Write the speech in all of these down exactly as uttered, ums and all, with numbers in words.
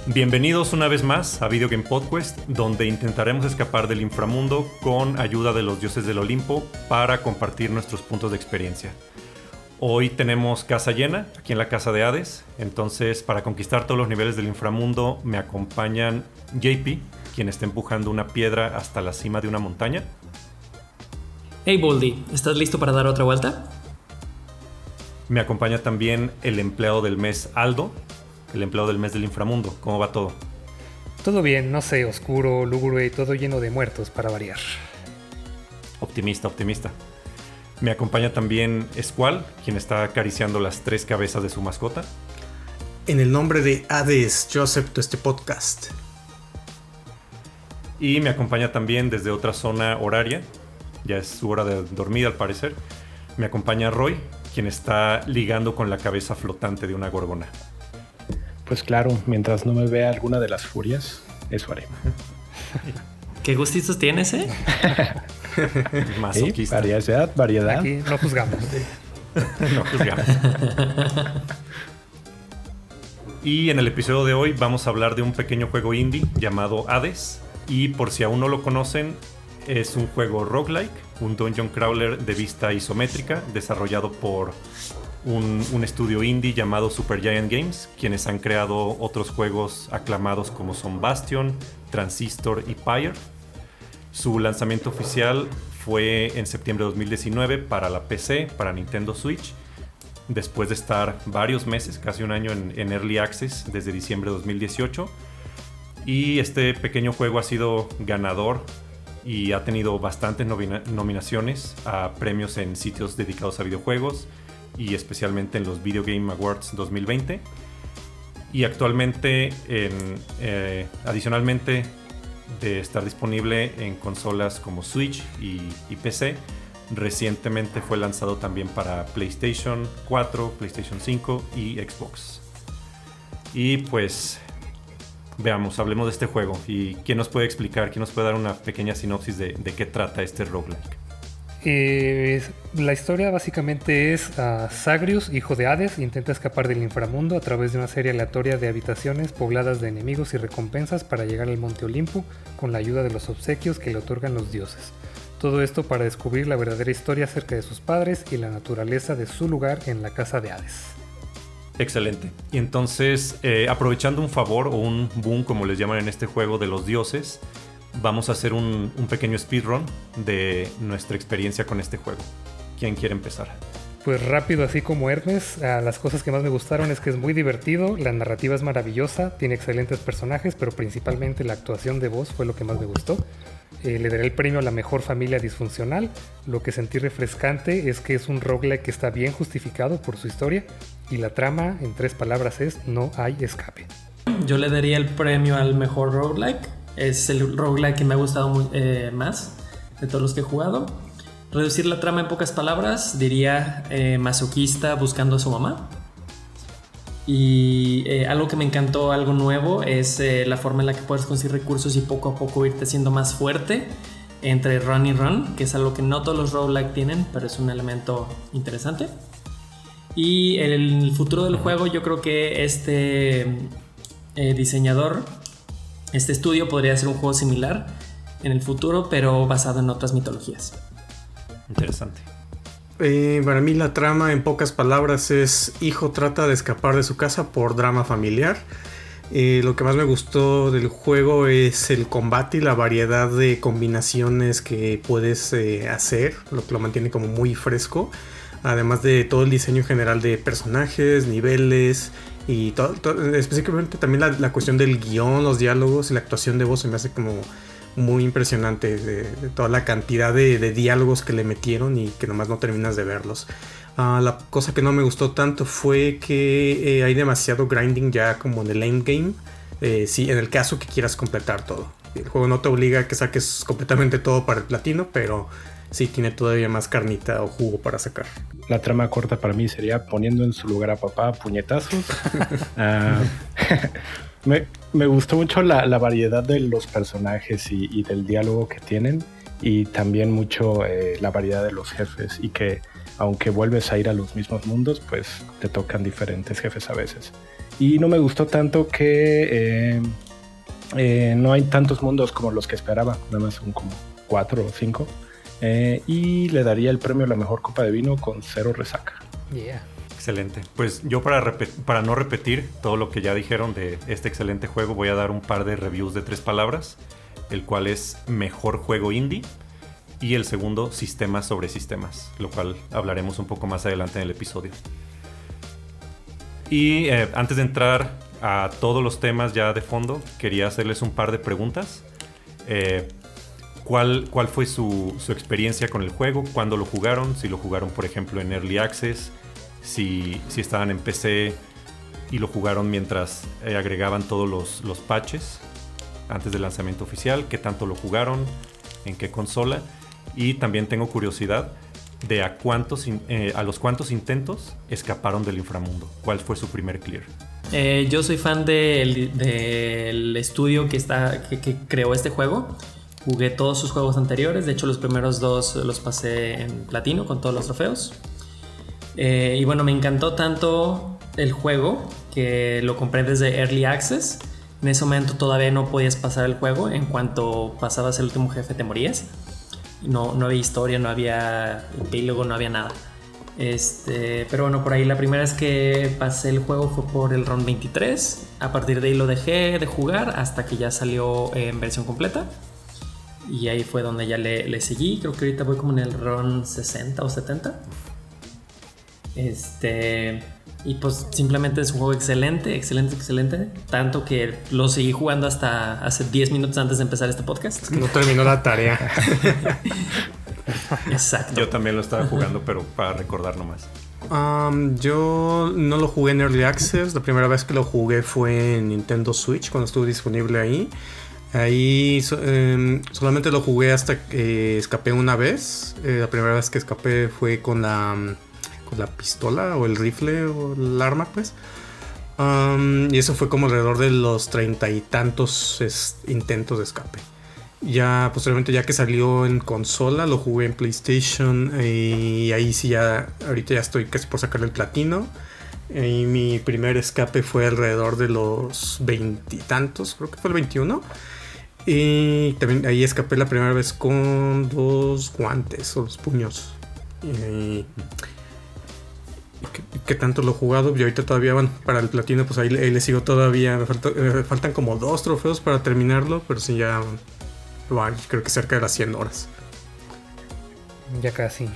Bienvenidos una vez más a Video Game Podcast, donde intentaremos escapar del inframundo con ayuda de los dioses del Olimpo para compartir nuestros puntos de experiencia. Hoy tenemos casa llena, aquí en la casa de Hades, entonces para conquistar todos los niveles del inframundo me acompañan J P, quien está empujando una piedra hasta la cima de una montaña. Hey Baldi, ¿estás listo para dar otra vuelta? Me acompaña también el empleado del mes Aldo, el empleado del mes del inframundo. ¿Cómo va todo? Todo bien, no sé, oscuro, lúgubre y todo lleno de muertos para variar. Optimista, optimista. Me acompaña también Squall, quien está acariciando las tres cabezas de su mascota. En el nombre de Hades, yo acepto este podcast. Y me acompaña también desde otra zona horaria, ya es su hora de dormir al parecer, me acompaña Roy, quien está ligando con la cabeza flotante de una gorgona. Pues claro, mientras no me vea alguna de las furias, eso haré. ¿Qué gustitos tienes, eh? Masoquista. Sí, variedad, variedad. Aquí no juzgamos. No juzgamos. Y en el episodio de hoy vamos a hablar de un pequeño juego indie llamado Hades. Y por si aún no lo conocen, es un juego roguelike, un dungeon crawler de vista isométrica, desarrollado por un, un estudio indie llamado Supergiant Games, quienes han creado otros juegos aclamados como son Bastion, Transistor y Pyre. Su lanzamiento oficial fue en septiembre de dos mil diecinueve para la P C, para Nintendo Switch, después de estar varios meses, casi un año en, en Early Access desde diciembre de dos mil dieciocho. Y este pequeño juego ha sido ganador y ha tenido bastantes nomina- nominaciones a premios en sitios dedicados a videojuegos y especialmente en los Video Game Awards dos mil veinte. Y actualmente, en, eh, adicionalmente de estar disponible en consolas como Switch y, y P C, recientemente fue lanzado también para PlayStation cuatro, PlayStation cinco y Xbox. Y pues veamos, hablemos de este juego. ¿Y quién nos puede explicar, quién nos puede dar una pequeña sinopsis de, de qué trata este roguelike? Eh, la historia básicamente es uh, Zagreus, hijo de Hades, intenta escapar del inframundo a través de una serie aleatoria de habitaciones pobladas de enemigos y recompensas para llegar al Monte Olimpo con la ayuda de los obsequios que le otorgan los dioses. Todo esto para descubrir la verdadera historia acerca de sus padres y la naturaleza de su lugar en la casa de Hades. Excelente. Y entonces, eh, aprovechando un favor o un boom, como les llaman en este juego, de los dioses, vamos a hacer un, un pequeño speedrun de nuestra experiencia con este juego. ¿Quién quiere empezar? Pues rápido, así como Hermes, uh, las cosas que más me gustaron es que es muy divertido, la narrativa es maravillosa, tiene excelentes personajes, pero principalmente la actuación de voz fue lo que más me gustó. Eh, le daré el premio a la mejor familia disfuncional. Lo que sentí refrescante es que es un roguelike que está bien justificado por su historia y la trama, en tres palabras, es no hay escape. Yo le daría el premio al mejor roguelike. Es el roguelike que me ha gustado muy, eh, más de todos los que he jugado. Reducir la trama en pocas palabras, diría eh, masoquista buscando a su mamá. Y eh, algo que me encantó, algo nuevo, es eh, la forma en la que puedes conseguir recursos y poco a poco irte haciendo más fuerte entre run y run, que es algo que no todos los roguelike tienen, pero es un elemento interesante. Y el futuro del juego, yo creo que este eh, diseñador, este estudio podría ser un juego similar en el futuro, pero basado en otras mitologías. Interesante. Eh, para mí la trama, en pocas palabras, es hijo trata de escapar de su casa por drama familiar. Eh, lo que más me gustó del juego es el combate y la variedad de combinaciones que puedes eh, hacer, lo que lo mantiene como muy fresco. Además de todo el diseño general de personajes, niveles y todo, todo, específicamente también la, la cuestión del guión, los diálogos y la actuación de voz se me hace como muy impresionante, de, de toda la cantidad de, de diálogos que le metieron y que nomás no terminas de verlos. Uh, la cosa que no me gustó tanto fue que eh, hay demasiado grinding ya como en el endgame, eh, sí, en el caso que quieras completar todo. El juego no te obliga a que saques completamente todo para el platino, pero sí tiene todavía más carnita o jugo para sacar. La trama corta para mí sería poniendo en su lugar a papá a puñetazos. uh, me, me gustó mucho la, la variedad de los personajes y, y del diálogo que tienen, y también mucho eh, la variedad de los jefes, y que aunque vuelves a ir a los mismos mundos, pues te tocan diferentes jefes a veces. Y no me gustó tanto que eh, eh, no hay tantos mundos como los que esperaba, nada más son como cuatro o cinco. Eh, y le daría el premio a la mejor copa de vino con cero resaca. Yeah. Excelente. Pues yo para, repet- para no repetir todo lo que ya dijeron de este excelente juego, voy a dar un par de reviews de tres palabras, el cual es mejor juego indie y el segundo sistemas sobre sistemas, lo cual hablaremos un poco más adelante en el episodio. Y eh, antes de entrar a todos los temas ya de fondo, quería hacerles un par de preguntas. Eh, ¿cuál, ¿Cuál fue su, su experiencia con el juego? ¿Cuándo lo jugaron? Si lo jugaron, por ejemplo, en Early Access, si, si estaban en P C y lo jugaron mientras eh, agregaban todos los, los patches antes del lanzamiento oficial, ¿qué tanto lo jugaron? ¿En qué consola? Y también tengo curiosidad de a cuántos eh, a los cuántos intentos escaparon del inframundo. ¿Cuál fue su primer clear? Eh, yo soy fan del, del estudio que, está, que, que creó este juego. Jugué todos sus juegos anteriores. De hecho, los primeros dos los pasé en platino con todos los trofeos. Eh, y bueno, me encantó tanto el juego que lo compré desde Early Access. En ese momento todavía no podías pasar el juego. En cuanto pasabas el último jefe te morías. No, no había historia, no había epílogo, no había nada. Este, pero bueno, por ahí la primera vez que pasé el juego fue por el round veintitrés. A partir de ahí lo dejé de jugar hasta que ya salió en versión completa. Y ahí fue donde ya le, le seguí. Creo que ahorita voy como en el round sesenta o setenta. Este... Y pues simplemente es un juego excelente, excelente, excelente. Tanto que lo seguí jugando hasta hace diez minutos antes de empezar este podcast. No terminó la tarea. Exacto. Yo también lo estaba jugando, pero para recordar nomás. Um, yo no lo jugué en Early Access. La primera vez que lo jugué fue en Nintendo Switch, cuando estuvo disponible ahí. Ahí so, eh, solamente lo jugué hasta que escapé una vez. Eh, la primera vez que escapé fue con la... con la pistola o el rifle o el arma, pues. Um, y eso fue como alrededor de los treinta y tantos es, intentos de escape. Ya posteriormente, ya que salió en consola, lo jugué en PlayStation. Y ahí sí ya, ahorita ya estoy casi por sacarle el platino. Y mi primer escape fue alrededor de los veintitantos, creo que fue el veintiuno. Y también ahí escapé la primera vez con dos guantes o los puños. Y... ¿Qué, ¿Qué tanto lo he jugado? Y ahorita todavía, bueno, para el platino, pues ahí, ahí le sigo todavía. Me, falta, me faltan como dos trofeos para terminarlo, pero sí ya, bueno, creo que cerca de las cien horas. Ya casi.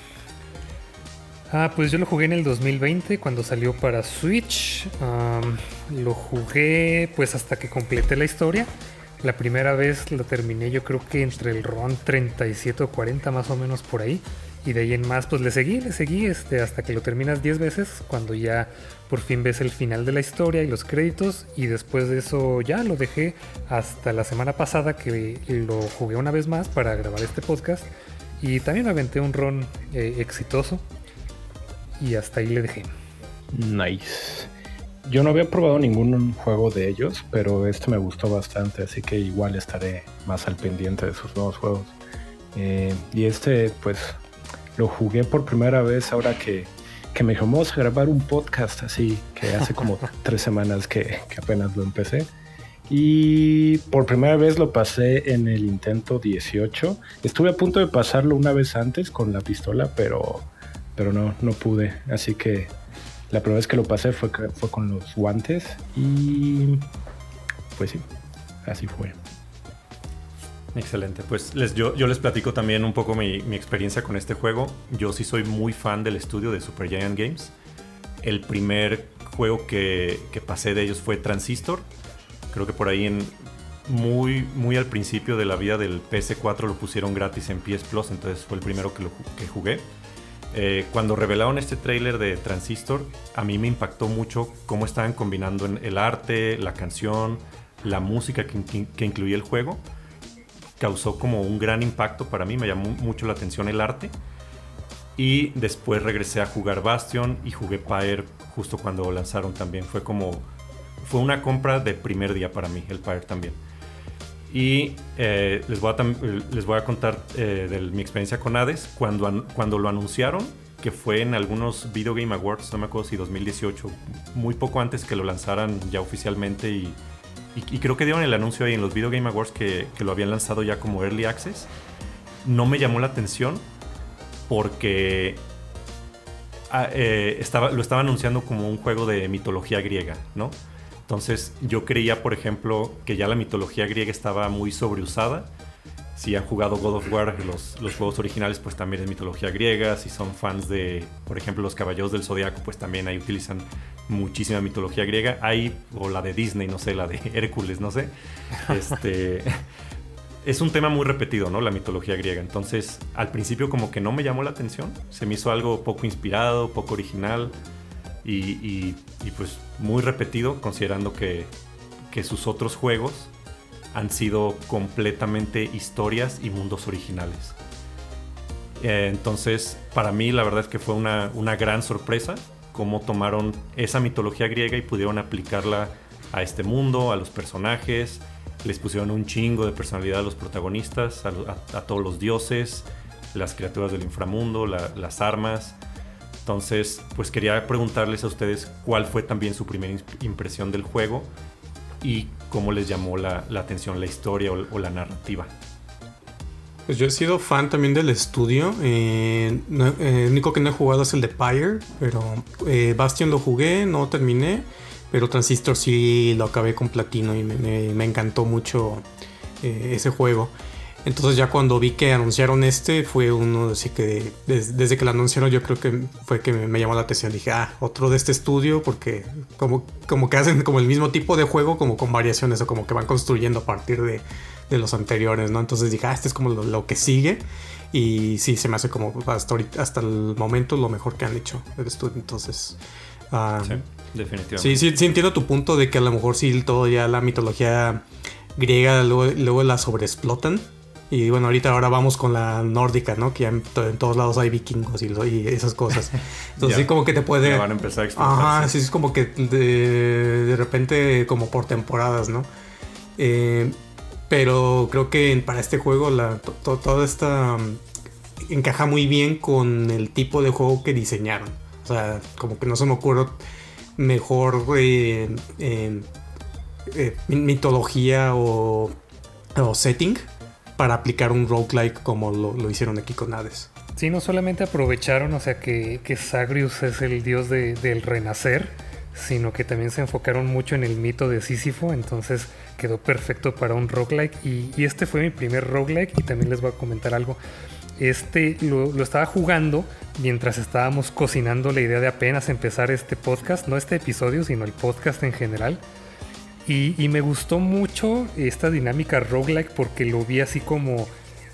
Ah, pues yo lo jugué en el dos mil veinte cuando salió para Switch. Um, lo jugué pues hasta que completé la historia. La primera vez lo terminé yo creo que entre el round treinta y siete o cuarenta más o menos por ahí. Y de ahí en más pues le seguí, le seguí este, hasta que lo terminas diez veces, cuando ya por fin ves el final de la historia y los créditos. Y después de eso ya lo dejé hasta la semana pasada, que lo jugué una vez más para grabar este podcast. Y también me aventé un run eh, exitoso. Y hasta ahí le dejé. Nice. Yo no había probado ningún juego de ellos, pero este me gustó bastante, así que igual estaré más al pendiente de sus nuevos juegos. Eh, y este pues... lo jugué por primera vez ahora que, que me dijo, vamos a grabar un podcast, así que hace como tres semanas que, que apenas lo empecé. Y por primera vez lo pasé en el intento dieciocho. Estuve a punto de pasarlo una vez antes con la pistola, pero, pero no, no pude. Así que la primera vez que lo pasé fue, fue con los guantes y pues sí, así fue. Excelente, pues les, yo, yo les platico también un poco mi, mi experiencia con este juego. Yo sí soy muy fan del estudio de Supergiant Games. El primer juego que, que pasé de ellos fue Transistor. Creo que por ahí en muy, muy al principio de la vida del P S cuatro lo pusieron gratis en P S Plus, entonces fue el primero que, lo, que jugué. Eh, cuando revelaron este tráiler de Transistor, a mí me impactó mucho cómo estaban combinando el arte, la canción, la música que, que, que incluía el juego. Causó como un gran impacto para mí, me llamó mucho la atención el arte. Y después regresé a jugar Bastion y jugué Pyre justo cuando lanzaron también. Fue como, fue una compra de primer día para mí, el Pyre también. Y eh, les, voy a tam- les voy a contar eh, de mi experiencia con Hades. Cuando, an- cuando lo anunciaron, que fue en algunos Video Game Awards, no me acuerdo si dos mil dieciocho, muy poco antes que lo lanzaran ya oficialmente, y, y, y creo que dieron el anuncio ahí en los Video Game Awards que, que lo habían lanzado ya como Early Access. No me llamó la atención porque ah, eh, estaba, lo estaba anunciando como un juego de mitología griega, ¿no? Entonces yo creía, por ejemplo, que ya la mitología griega estaba muy sobreusada. Si han jugado God of War, los, los juegos originales, pues también es mitología griega. Si son fans de, por ejemplo, los Caballeros del Zodiaco, pues también ahí utilizan muchísima mitología griega. Ahí, o la de Disney, no sé, la de Hércules, no sé. Este, es un tema muy repetido, ¿no? La mitología griega. Entonces, al principio como que no me llamó la atención. Se me hizo algo poco inspirado, poco original. Y, y, y pues muy repetido, considerando que, que sus otros juegos han sido completamente historias y mundos originales. Eh, entonces, para mí la verdad es que fue una, una gran sorpresa cómo tomaron esa mitología griega y pudieron aplicarla a este mundo, a los personajes. Les pusieron un chingo de personalidad a los protagonistas, a, a, a todos los dioses, las criaturas del inframundo, la, las armas. Entonces, pues quería preguntarles a ustedes cuál fue también su primera impresión del juego y cómo les llamó la, la atención la historia o, o la narrativa. Pues yo he sido fan también del estudio. Eh, no, eh, el único que no he jugado es el de Pyre, pero eh, Bastion lo jugué, no terminé, pero Transistor sí lo acabé con platino y me, me, me encantó mucho eh, ese juego. Entonces ya cuando vi que anunciaron este, fue uno así que desde, desde que lo anunciaron yo creo que fue que me, me llamó la atención. Dije, ah, otro de este estudio, porque como, como que hacen como el mismo tipo de juego, como con variaciones o como que van construyendo a partir de, de los anteriores, ¿no? Entonces dije, ah, este es como lo, lo que sigue. Y sí, se me hace como hasta, ahorita, hasta el momento lo mejor que han hecho el estudio. Entonces... Uh, sí, definitivamente. Sí, sí, sí entiendo tu punto de que a lo mejor sí todo ya la mitología griega luego, luego la sobreexplotan. Y bueno, ahorita ahora vamos con la nórdica, ¿no? Que ya en, to- en todos lados hay vikingos y, y esas cosas. Entonces sí como que te puede... Ya van a empezar a explotar. Ajá, sí, es como que de, de repente como por temporadas, ¿no? Eh, pero creo que para este juego la, to, to, toda esta... Um, encaja muy bien con el tipo de juego que diseñaron. O sea, como que no se me ocurre mejor eh, eh, eh, mitología o, o setting para aplicar un roguelike como lo, lo hicieron aquí con Hades. Sí, no solamente aprovecharon, o sea, que, que Zagreus es el dios de, del renacer, sino que también se enfocaron mucho en el mito de Sísifo, entonces quedó perfecto para un roguelike. Y, y este fue mi primer roguelike, y también les voy a comentar algo. Este lo, lo estaba jugando mientras estábamos cocinando la idea de apenas empezar este podcast, no este episodio, sino el podcast en general. Y, y me gustó mucho esta dinámica roguelike porque lo vi así como...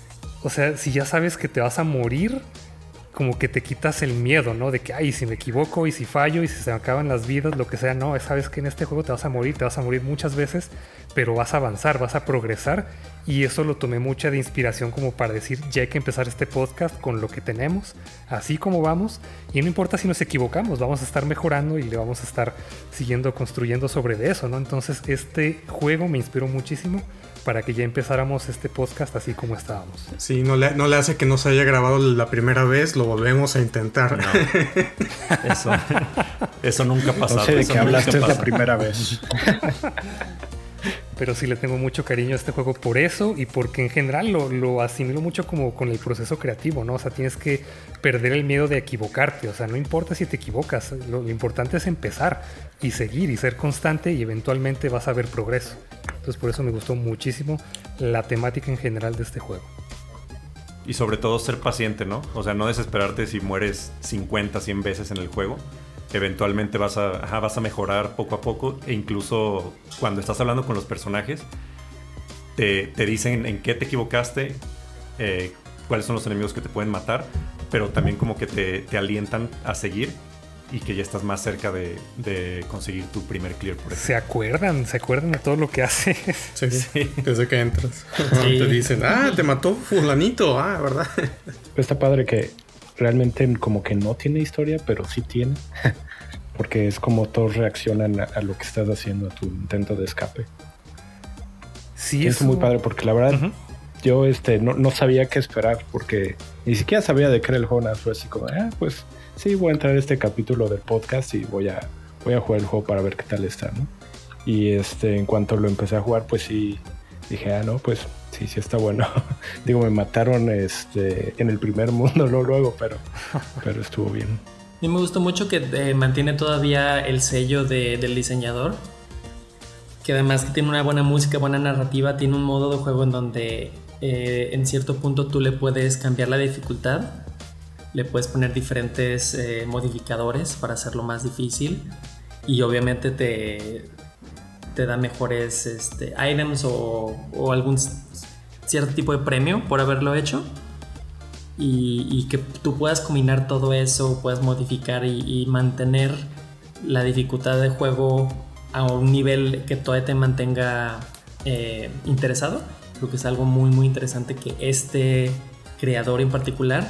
O sea, si ya sabes que te vas a morir, como que te quitas el miedo, ¿no? De que, ay, si me equivoco y si fallo y si se me acaban las vidas, lo que sea. No, sabes que en este juego te vas a morir, te vas a morir muchas veces, pero vas a avanzar, vas a progresar. Y eso lo tomé mucha de inspiración como para decir, ya hay que empezar este podcast con lo que tenemos, así como vamos. Y no importa si nos equivocamos, vamos a estar mejorando y le vamos a estar siguiendo construyendo sobre de eso, ¿no? Entonces este juego me inspiró muchísimo para que ya empezáramos este podcast así como estábamos. Sí, no le, no le hace que no se haya grabado la primera vez, lo volvemos a intentar. No. Eso, eso nunca ha pasado. No sé de eso qué hablaste pasa. la primera vez. Pero sí le tengo mucho cariño a este juego por eso y porque en general lo, lo asimilo mucho como con el proceso creativo, ¿no? O sea, tienes que perder el miedo de equivocarte. O sea, no importa si te equivocas, lo, lo importante es empezar y seguir y ser constante y eventualmente vas a ver progreso. Entonces por eso me gustó muchísimo la temática en general de este juego. Y sobre todo ser paciente, ¿no? O sea, no desesperarte si mueres cincuenta, cien veces en el juego. Eventualmente vas a, ajá, vas a mejorar poco a poco. E incluso cuando estás hablando con los personajes, te, te dicen en qué te equivocaste, eh, cuáles son los enemigos que te pueden matar, pero también como que te, te alientan a seguir y que ya estás más cerca de, de conseguir tu primer clear, por ejemplo. Se acuerdan, se acuerdan de todo lo que haces. Sí, Sí. desde que entras. Sí. Te dicen, ah, te mató fulanito, ah, ¿verdad? Está padre que realmente como que no tiene historia, pero sí tiene. Porque es como todos reaccionan a, a lo que estás haciendo, a tu intento de escape. Sí, es eso... muy padre porque la verdad Uh-huh. yo este no, no sabía qué esperar porque ni siquiera sabía de qué era el juego, nada, fue así como, ah, pues sí, voy a entrar a este capítulo del podcast y voy a, voy a jugar el juego para ver qué tal está, ¿no? Y este, en cuanto lo empecé a jugar, pues sí, dije, ah, no, pues sí, sí está bueno. Digo, me mataron este, en el primer mundo, no luego, pero, pero estuvo bien. A mí me gustó mucho que eh, mantiene todavía el sello de, del diseñador, que además que tiene una buena música, buena narrativa, tiene un modo de juego en donde eh, en cierto punto tú le puedes cambiar la dificultad, le puedes poner diferentes eh, modificadores para hacerlo más difícil y obviamente te, te da mejores este, items o, o algún cierto tipo de premio por haberlo hecho. Y, y que tú puedas combinar todo eso, puedas modificar y, y mantener la dificultad de juego a un nivel que todavía te mantenga eh, interesado. Creo que es algo muy muy interesante que este creador en particular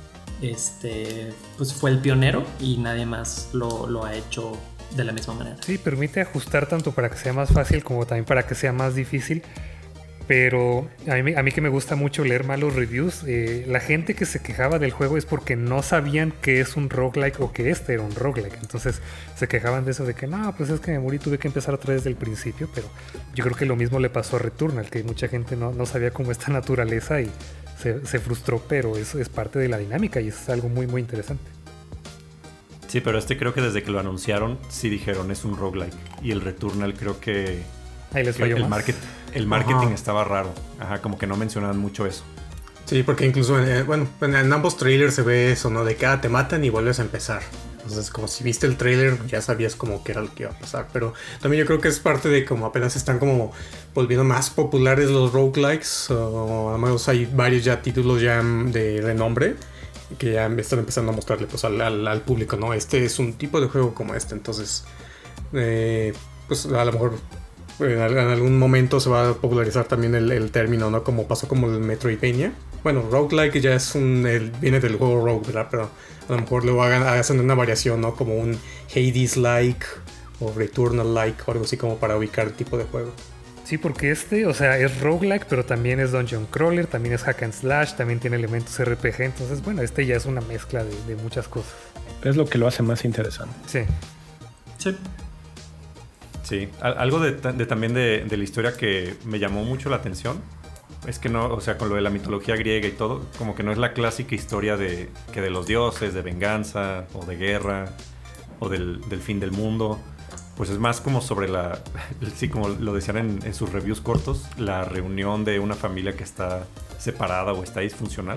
este, pues fue el pionero y nadie más lo, lo ha hecho de la misma manera. Sí, permite ajustar tanto para que sea más fácil como también para que sea más difícil. Pero a mí, a mí que me gusta mucho leer malos reviews, eh, la gente que se quejaba del juego es porque no sabían que es un roguelike o que este era un roguelike. Entonces se quejaban de eso, de que no, pues es que me morí, tuve que empezar otra vez desde el principio. Pero yo creo que lo mismo le pasó a Returnal, que mucha gente no, no sabía cómo esta naturaleza y se, se frustró, pero eso es parte de la dinámica y es algo muy muy interesante. Sí, pero este creo que desde que lo anunciaron sí dijeron es un roguelike. Y el Returnal creo que... Ahí les falló el más. Market, el marketing Ajá. estaba raro. Ajá, como que no mencionaban mucho eso. Sí, porque incluso, eh, bueno, en, en ambos trailers se ve eso, ¿no? De que ah, te matan y vuelves a empezar. Entonces, como si viste el trailer, ya sabías como que era lo que iba a pasar. Pero también yo creo que es parte de como apenas están como volviendo más populares los roguelikes. O además hay varios ya títulos ya de renombre que ya están empezando a mostrarle pues, al, al, al público, ¿no? Este es un tipo de juego como este. Entonces, eh, pues a lo mejor... En algún momento se va a popularizar también el, el término, ¿no? Como pasó como el Metroidvania. Bueno, roguelike ya es un... El, viene del juego Rogue, ¿verdad? Pero a lo mejor luego hagan, hacen una variación, ¿no? Como un Hades-like o Returnal-like o algo así como para ubicar el tipo de juego. Sí, porque este, o sea, es roguelike, pero también es dungeon crawler, también es hack and slash, también tiene elementos R P G. Entonces, bueno, este ya es una mezcla de, de muchas cosas. Es lo que lo hace más interesante. Sí. Sí. Sí, algo de, de también de, de la historia que me llamó mucho la atención es que no, o sea, con lo de la mitología griega y todo, como que no es la clásica historia de que de los dioses, de venganza o de guerra o del, del fin del mundo. Pues es más como sobre la, sí, como lo decían en, en sus reviews cortos, la reunión de una familia que está separada o está disfuncional.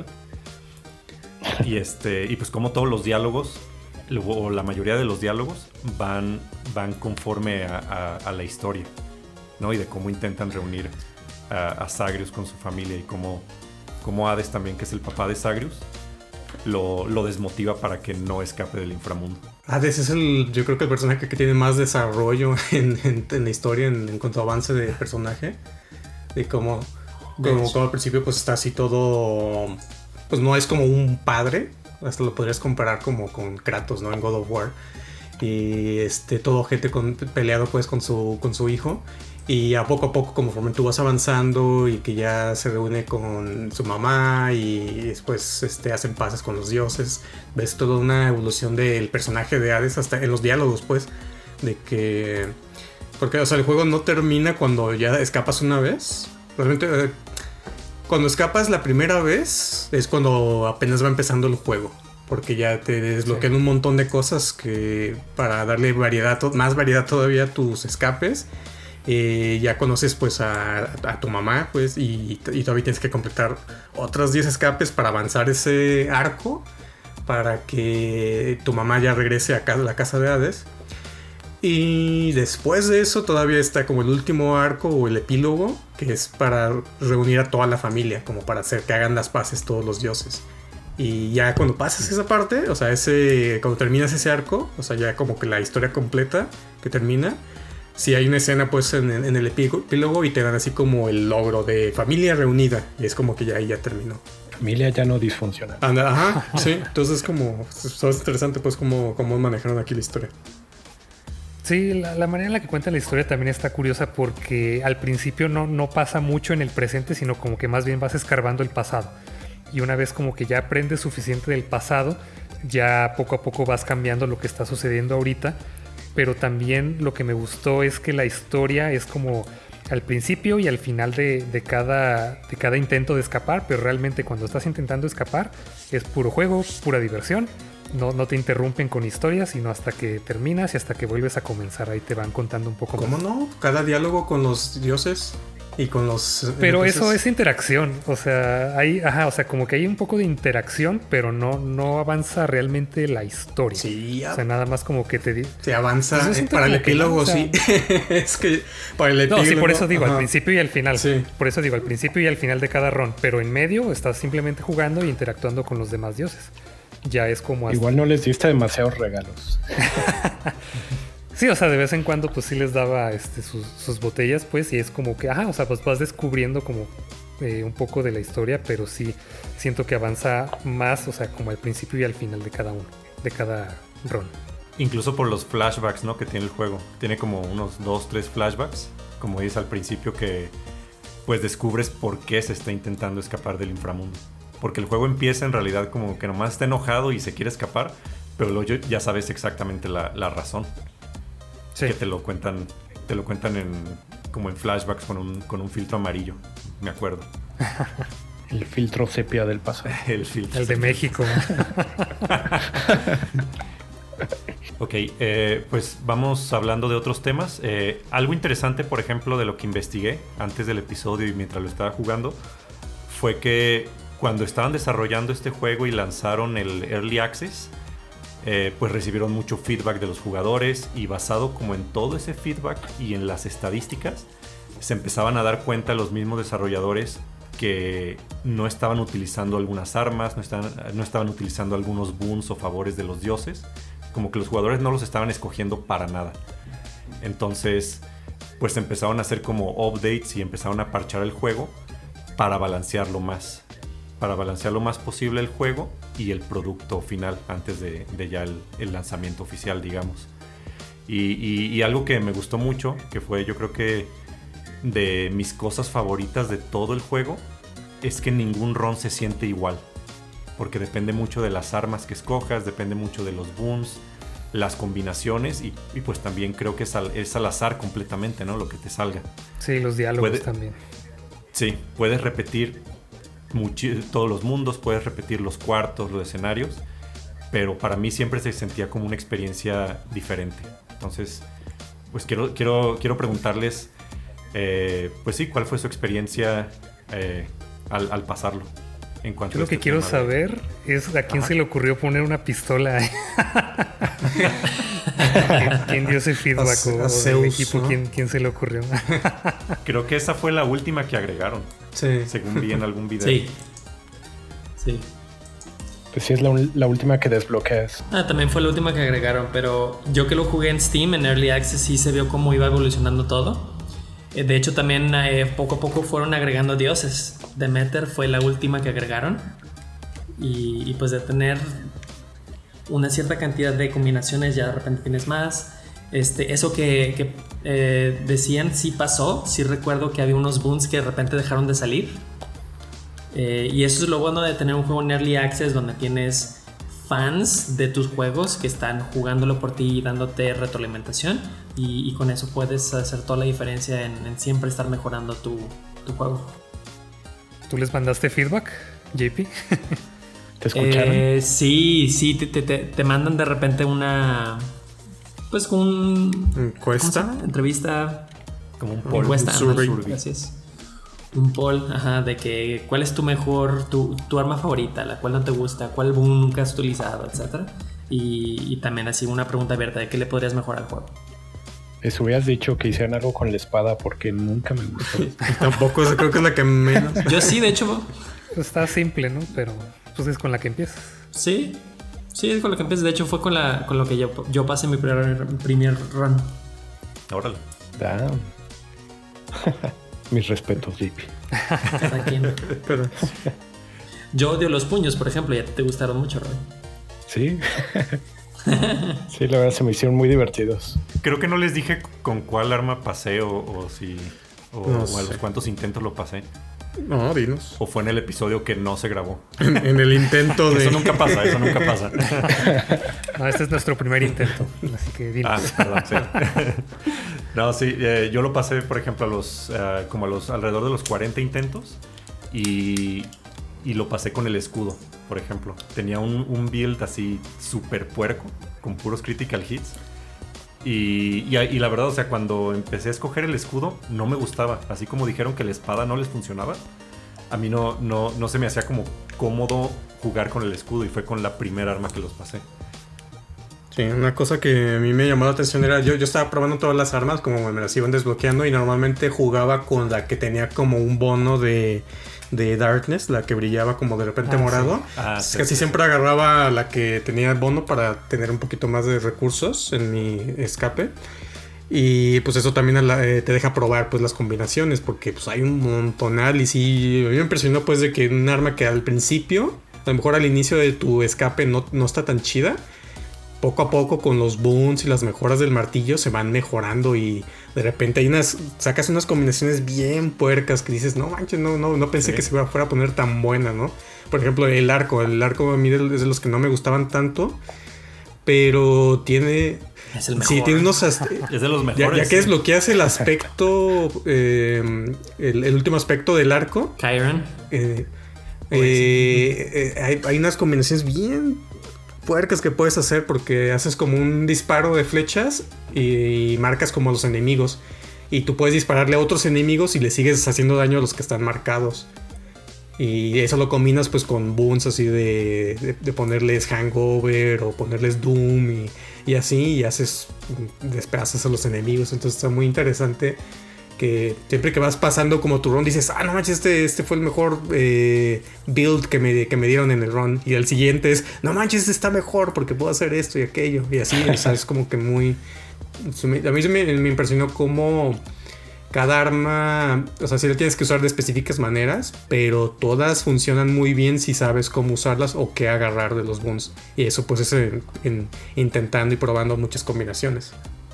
Y este, y pues como todos los diálogos o la mayoría de los diálogos van, van conforme a, a, a la historia, ¿no? Y de cómo intentan reunir a, a Zagreus con su familia y cómo, cómo Hades también, que es el papá de Zagreus, lo, lo desmotiva para que no escape del inframundo. Hades es el, yo creo que el personaje que tiene más desarrollo en, en, en la historia en, en cuanto a avance de personaje. De cómo, como, como al principio pues está así todo, pues no es como un padre. Hasta lo podrías comparar como con Kratos, ¿no? En God of War. Y este, todo gente con, peleado pues con su, con su hijo. Y a poco a poco, conforme tú vas avanzando y que ya se reúne con su mamá y después este, hacen paces con los dioses, ves toda una evolución del personaje de Hades hasta en los diálogos, pues. De que... Porque, o sea, el juego no termina cuando ya escapas una vez. Realmente... Eh, Cuando escapas la primera vez es cuando apenas va empezando el juego, porque ya te desbloquean sí. un montón de cosas que para darle variedad, más variedad todavía a tus escapes. Eh, ya conoces pues a, a tu mamá pues y, y todavía tienes que completar otros diez escapes para avanzar ese arco para que tu mamá ya regrese a casa, la casa de Hades. Y después de eso todavía está como el último arco o el epílogo, que es para reunir a toda la familia, como para hacer que hagan las paces todos los dioses. Y ya cuando pasas esa parte, o sea, ese cuando terminas ese arco, o sea, ya como que la historia completa que termina, si sí hay una escena pues en, en el epílogo y te dan así como el logro de familia reunida, y es como que ya ahí ya terminó. Familia ya no disfuncional. Anda, ajá, sí, entonces como, es interesante pues cómo, cómo manejaron aquí la historia. Sí, la, la manera en la que cuentan la historia también está curiosa porque al principio no, no pasa mucho en el presente, sino como que más bien vas escarbando el pasado. Y una vez como que ya aprendes suficiente del pasado, ya poco a poco vas cambiando lo que está sucediendo ahorita, pero también lo que me gustó es que la historia es como al principio y al final de, de, cada, de cada intento de escapar, pero realmente cuando estás intentando escapar es puro juego, pura diversión. No, no te interrumpen con historias, sino hasta que terminas y hasta que vuelves a comenzar. Ahí te van contando un poco ¿Cómo más. ¿Cómo no? Cada diálogo con los dioses y con los... Pero entonces... eso es interacción. O sea, hay, ajá, o sea, como que hay un poco de interacción, pero no, no avanza realmente la historia. Sí, o sea, nada más como que te di... Se avanza pues eh, para el epílogo, no, o sea... sí. Es que para el epílogo... No, sí, por eso digo, ajá. al principio y al final. Sí. Por eso digo, al principio y al final de cada run. Pero en medio estás simplemente jugando e interactuando con los demás dioses. Ya es como... Hasta... Igual no les diste demasiados regalos. Sí, o sea, de vez en cuando pues sí les daba este, sus, sus botellas, pues, y es como que, ajá, o sea, pues vas descubriendo como eh, un poco de la historia, pero sí siento que avanza más, o sea, como al principio y al final de cada uno, de cada run. Incluso por los flashbacks, ¿no? Que tiene el juego. Tiene como unos dos, tres flashbacks, como dices al principio, que pues descubres por qué se está intentando escapar del inframundo. Porque el juego empieza en realidad como que nomás está enojado y se quiere escapar, pero luego ya sabes exactamente la, la razón. Sí. Que te lo cuentan, te lo cuentan en, como en flashbacks con un, con un filtro amarillo, me acuerdo. El filtro sepia del pasado. El, filtro el de México. Ok, eh, pues vamos hablando de otros temas. Eh, algo interesante, por ejemplo, de lo que investigué antes del episodio y mientras lo estaba jugando, fue que cuando estaban desarrollando este juego y lanzaron el Early Access, eh, pues recibieron mucho feedback de los jugadores, y basado como en todo ese feedback y en las estadísticas, se empezaban a dar cuenta los mismos desarrolladores que no estaban utilizando algunas armas, no estaban, no estaban utilizando algunos boons o favores de los dioses, como que los jugadores no los estaban escogiendo para nada. Entonces, pues empezaron a hacer como updates y empezaron a parchar el juego para balancearlo más. Para balancear lo más posible el juego y el producto final antes de, de ya el, el lanzamiento oficial, digamos. Y, y, y algo que me gustó mucho, que fue yo creo que de mis cosas favoritas de todo el juego, es que ningún run se siente igual. Porque depende mucho de las armas que escojas, depende mucho de los boons, las combinaciones, y, y pues también creo que es al, es al azar completamente, ¿no? Lo que te salga. Sí, los diálogos Puede, también. Sí, puedes repetir Muchi- todos los mundos, puedes repetir los cuartos, los escenarios, pero para mí siempre se sentía como una experiencia diferente. Entonces, pues quiero, quiero, quiero preguntarles, eh, pues sí, ¿cuál fue su experiencia eh, al, al pasarlo? En cuanto Yo lo este que quiero de... saber es a quién Ajá. se le ocurrió poner una pistola. ¿Quién, ¿Quién dio ese feedback? A, o, a Zeus, del equipo, ¿no? ¿quién, ¿Quién se le ocurrió? Creo que esa fue la última que agregaron. Sí. Según vi en algún video. Sí. Sí. Pues sí, es la, la última que desbloqueas. Ah, también fue la última que agregaron, pero yo que lo jugué en Steam, en Early Access, sí se vio cómo iba evolucionando todo. De hecho, también eh, poco a poco fueron agregando dioses. Demeter fue la última que agregaron. Y, y pues de tener una cierta cantidad de combinaciones, ya de repente tienes más. Este, eso que, que eh, decían sí pasó. Sí recuerdo que había unos boons que de repente dejaron de salir. Eh, y eso es lo bueno de tener un juego en Early Access, donde tienes fans de tus juegos que están jugándolo por ti y dándote retroalimentación, y, y con eso puedes hacer toda la diferencia en, en siempre estar mejorando tu, tu juego. ¿Tú les mandaste feedback, J P? ¿Te escucharon? Eh, sí, sí, te, te, te mandan de repente una... Pues un... ¿Encuesta? Entrevista. Como un poll. Encuesta, un survey. Gracias. Un poll, ajá, de que cuál es tu mejor, tu, tu arma favorita, la cual no te gusta, cuál boom nunca has utilizado, etcétera. Y, y también así una pregunta abierta de qué le podrías mejorar al juego. Les hubieras dicho que hicieran algo con la espada, porque nunca me gustó. Tampoco, creo que es la que menos. Yo sí, de hecho. Está simple, ¿no? Pero pues es con la que empiezas. Sí, sí, es con la que empiezas. De hecho fue con, la, con lo que yo, yo pasé mi primer, primer run. Órale. Damn. Mis respetos, J P. Cada quien. Pero... Yo odio los puños, por ejemplo, y a ti te gustaron mucho, Roy. Sí. Sí, la verdad se me hicieron muy divertidos. Creo que no les dije con cuál arma pasé o, o si o, no o a los cuántos intentos lo pasé. No, dinos. ¿O fue en el episodio que no se grabó? En, en el intento de... Eso nunca pasa, eso nunca pasa. No, este es nuestro primer intento, así que dinos. Ah, perdón, sí. No, sí, eh, yo lo pasé, por ejemplo, a los, uh, como a los alrededor de los cuarenta intentos y, y lo pasé con el escudo, por ejemplo. Tenía un, un build así súper puerco, con puros critical hits. Y, y, y la verdad, o sea, cuando empecé a escoger el escudo, no me gustaba. Así como dijeron que la espada no les funcionaba, a mí no, no, no se me hacía como cómodo jugar con el escudo. Y fue con la primera arma que los pasé. Sí, una cosa que a mí me llamó la atención era... Yo, yo estaba probando todas las armas, como me las iban desbloqueando. Y normalmente jugaba con la que tenía como un bono de... de Darkness, la que brillaba como de repente ah, morado. Sí. Ah, sí, Casi sí. siempre agarraba la que tenía bono para tener un poquito más de recursos en mi escape. Y pues eso también la, eh, te deja probar pues las combinaciones, porque pues hay un montonal. Y sí, a mí me impresionó pues de que un arma que al principio, a lo mejor al inicio de tu escape no, no está tan chida, poco a poco con los boons y las mejoras del martillo se van mejorando y de repente hay unas, sacas unas combinaciones bien puercas que dices, no manches, no, no, no pensé sí. que se fuera a poner tan buena, ¿no? Por ejemplo, el arco, el arco a mí es de los que no me gustaban tanto, pero tiene... Es el mejor. Sí, tiene unos... Es de los mejores. Ya, ya que es lo que hace el aspecto, eh, el, el último aspecto del arco. Chiron. Eh, eh, eh, hay, hay unas combinaciones bien puercas que puedes hacer porque haces como un disparo de flechas y marcas como a los enemigos y tú puedes dispararle a otros enemigos y le sigues haciendo daño a los que están marcados y eso lo combinas pues con boons así de, de, de ponerles hangover o ponerles doom y, y así y haces despedazas a los enemigos. Entonces está muy interesante que siempre que vas pasando como tu run dices, ah, no manches, este, este fue el mejor eh, build que me, que me dieron en el run. Y el siguiente es, no manches, este está mejor porque puedo hacer esto y aquello. Y así, o sea, es como que muy... A mí se me, me impresionó cómo cada arma, o sea, sí la tienes que usar de específicas maneras, pero todas funcionan muy bien si sabes cómo usarlas o qué agarrar de los boons. Y eso pues es en, en, intentando y probando muchas combinaciones.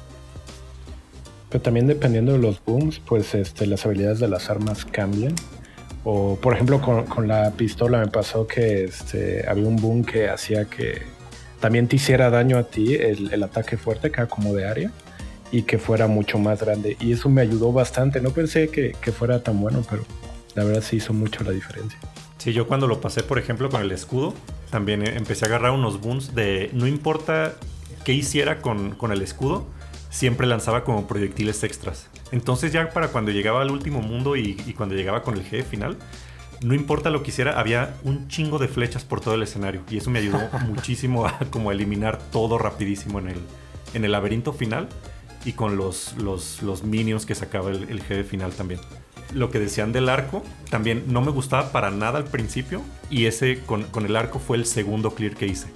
Pero también dependiendo de los booms, pues este, las habilidades de las armas cambian. O por ejemplo con, con la pistola me pasó que este, había un boom que hacía que también te hiciera daño a ti el, el ataque fuerte, que era como de área, y que fuera mucho más grande. Y eso me ayudó bastante. No pensé que, que fuera tan bueno, pero la verdad sí hizo mucho la diferencia. Sí, yo cuando lo pasé, por ejemplo, con el escudo, también empecé a agarrar unos booms de no importa qué hiciera con, con el escudo, siempre lanzaba como proyectiles extras. Entonces ya para cuando llegaba al último mundo y, y cuando llegaba con el jefe final, no importa lo que hiciera, había un chingo de flechas por todo el escenario. Y eso me ayudó muchísimo a como a eliminar todo rapidísimo en el, en el laberinto final y con los, los, los minions que sacaba el, el jefe final también. Lo que decían del arco, también no me gustaba para nada al principio y ese con, con el arco fue el segundo clear que hice.